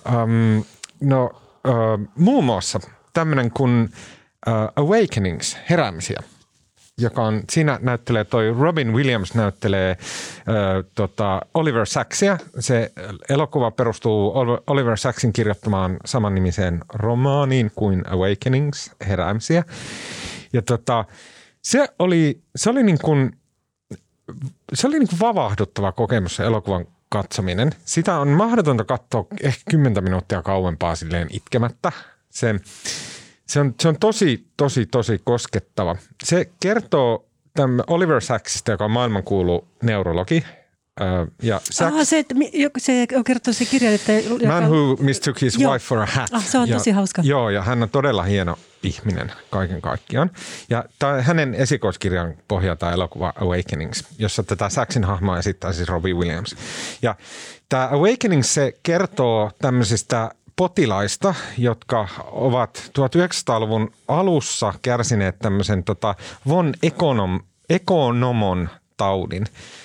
Muun muassa tämmöinen kuin Awakenings, heräämisiä, joka on, siinä näyttelee toi Robin Williams näyttelee Oliver Sacksia. Se elokuva perustuu Oliver Sacksin kirjoittamaan samannimiseen romaaniin kuin Awakenings, heräämisiä. Ja se oli niin kuin vavahduttava kokemus se elokuvan katsominen. Sitä on mahdotonta katsoa ehkä 10 minuuttia kauempaa silleen itkemättä. Se on tosi koskettava. Se kertoo Oliver Sacksista, joka on maailmankuulu neurologi. Ja Sacks, se kertoo se kirjailija. Man Who Mistook His Wife for a Hat. Se on tosi hauska. Joo, ja hän on todella hieno ihminen kaiken kaikkiaan. Ja hänen esikoiskirjan pohjaa tämä elokuva Awakenings, jossa tätä Sacksin hahmoa esittää siis Robbie Williams. Ja tämä Awakenings, se kertoo tämmöisistä potilaista, jotka ovat 1900-luvun alussa kärsineet tämmöisen von Economon taudin.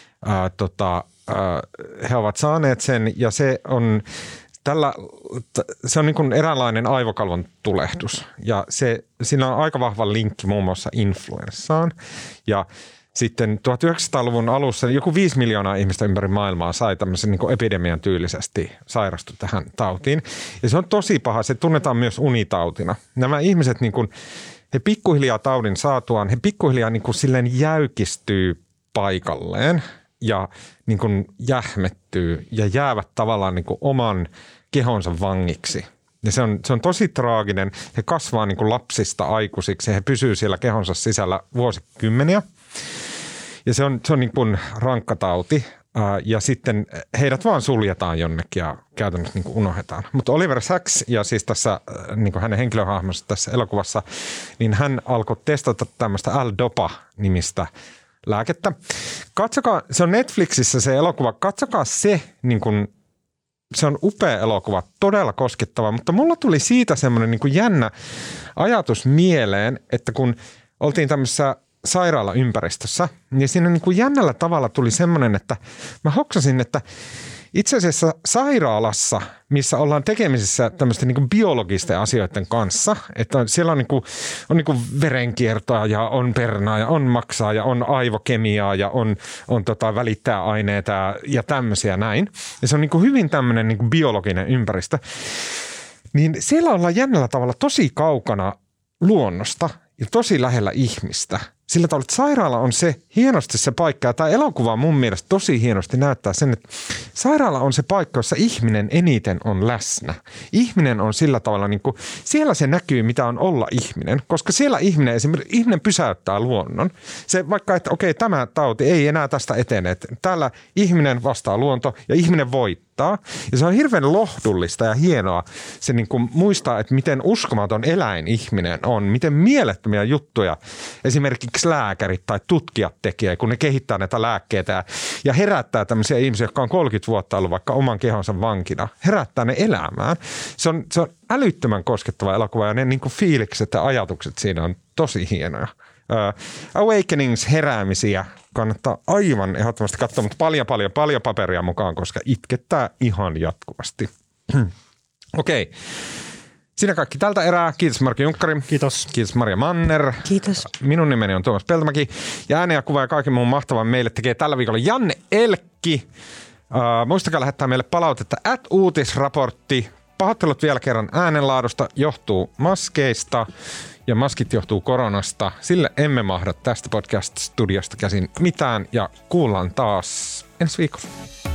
He ovat saaneet sen ja se on niin kuin eräänlainen aivokalvon tulehdus ja siinä on aika vahva linkki muun muassa influenssaan ja sitten 1900-luvun alussa joku 5 miljoonaa ihmistä ympäri maailmaa sai tämmöisen niin kuin epidemian tyylisesti sairastu tähän tautiin. Ja se on tosi paha. Se tunnetaan myös unitautina. Nämä ihmiset, niin kuin, he pikkuhiljaa taudin saatuaan, he pikkuhiljaa niin kuin silleen jäykistyy paikalleen ja niin kuin jähmettyy ja jäävät tavallaan niin kuin oman kehonsa vangiksi. Ja se on tosi traaginen. He kasvaa niin kuin lapsista aikuisiksi ja he pysyy siellä kehonsa sisällä vuosikymmeniä. Ja se on niin kuin rankka tauti ja sitten heidät vaan suljetaan jonnekin ja käytännössä niin kuin unohdetaan. Mutta Oliver Sacks ja siis tässä niin kuin hänen henkilöhahmonsa tässä elokuvassa, niin hän alkoi testata tämmöistä L-Dopa-nimistä lääkettä. Katsokaa, se on Netflixissä se elokuva, katsokaa se niin kuin, se on upea elokuva, todella koskettava, mutta mulla tuli siitä semmoinen niin kuin jännä ajatus mieleen, että kun oltiin tämmöisessä sairaalaympäristössä, niin siinä niin kuin jännällä tavalla tuli semmoinen, että mä hoksasin, että itse asiassa sairaalassa, missä ollaan tekemisissä tämmöisten niin kuin biologisten asioiden kanssa, että siellä on, niin kuin verenkiertoa ja on pernaa ja on maksaa ja on aivokemiaa ja on välittäjäaineita ja tämmöisiä näin. Ja se on niin kuin hyvin tämmöinen niin kuin biologinen ympäristö. Niin siellä ollaan jännällä tavalla tosi kaukana luonnosta ja tosi lähellä ihmistä. Sillä tavalla, että sairaala on hienosti se paikka, ja tämä elokuva mun mielestä tosi hienosti näyttää sen, että sairaala on se paikka, jossa ihminen eniten on läsnä. Ihminen on sillä tavalla, niin kuin, siellä se näkyy, mitä on olla ihminen, koska siellä ihminen pysäyttää luonnon. Se vaikka, että okei, tämä tauti ei enää tästä etene, että täällä ihminen vastaa luonto ja ihminen voittaa. Ja se on hirveän lohdullista ja hienoa se niin kuin muistaa, että miten uskomaton eläin ihminen on, miten mielettömiä juttuja esimerkiksi lääkärit tai tutkijat tekee, kun ne kehittää näitä lääkkeitä ja herättää tämmöisiä ihmisiä, jotka on 30 vuotta ollut vaikka oman kehonsa vankina, herättää ne elämään. Se on älyttömän koskettava elokuva ja ne niin kuin fiilikset ja ajatukset siinä on tosi hienoja. Awakenings heräämisiä kannattaa aivan ehdottomasti katsoa, mutta paljon paperia mukaan, koska itkettää ihan jatkuvasti. Okei. Siinä kaikki tältä erää. Kiitos Marko Junkkari. Kiitos. Kiitos Maria Manner. Kiitos. Minun nimeni on Tuomas Peltomäki. Ja ääni ja kuva ja kaiken muun mahtavan meille tekee tällä viikolla Janne Elkki. Muistakaa lähettää meille palautetta @uutisraportti. Pahoittelut vielä kerran äänenlaadusta, johtuu maskeista ja maskit johtuu koronasta. Sille emme mahda tästä podcast-studiosta käsin mitään ja kuullaan taas ensi viikolla.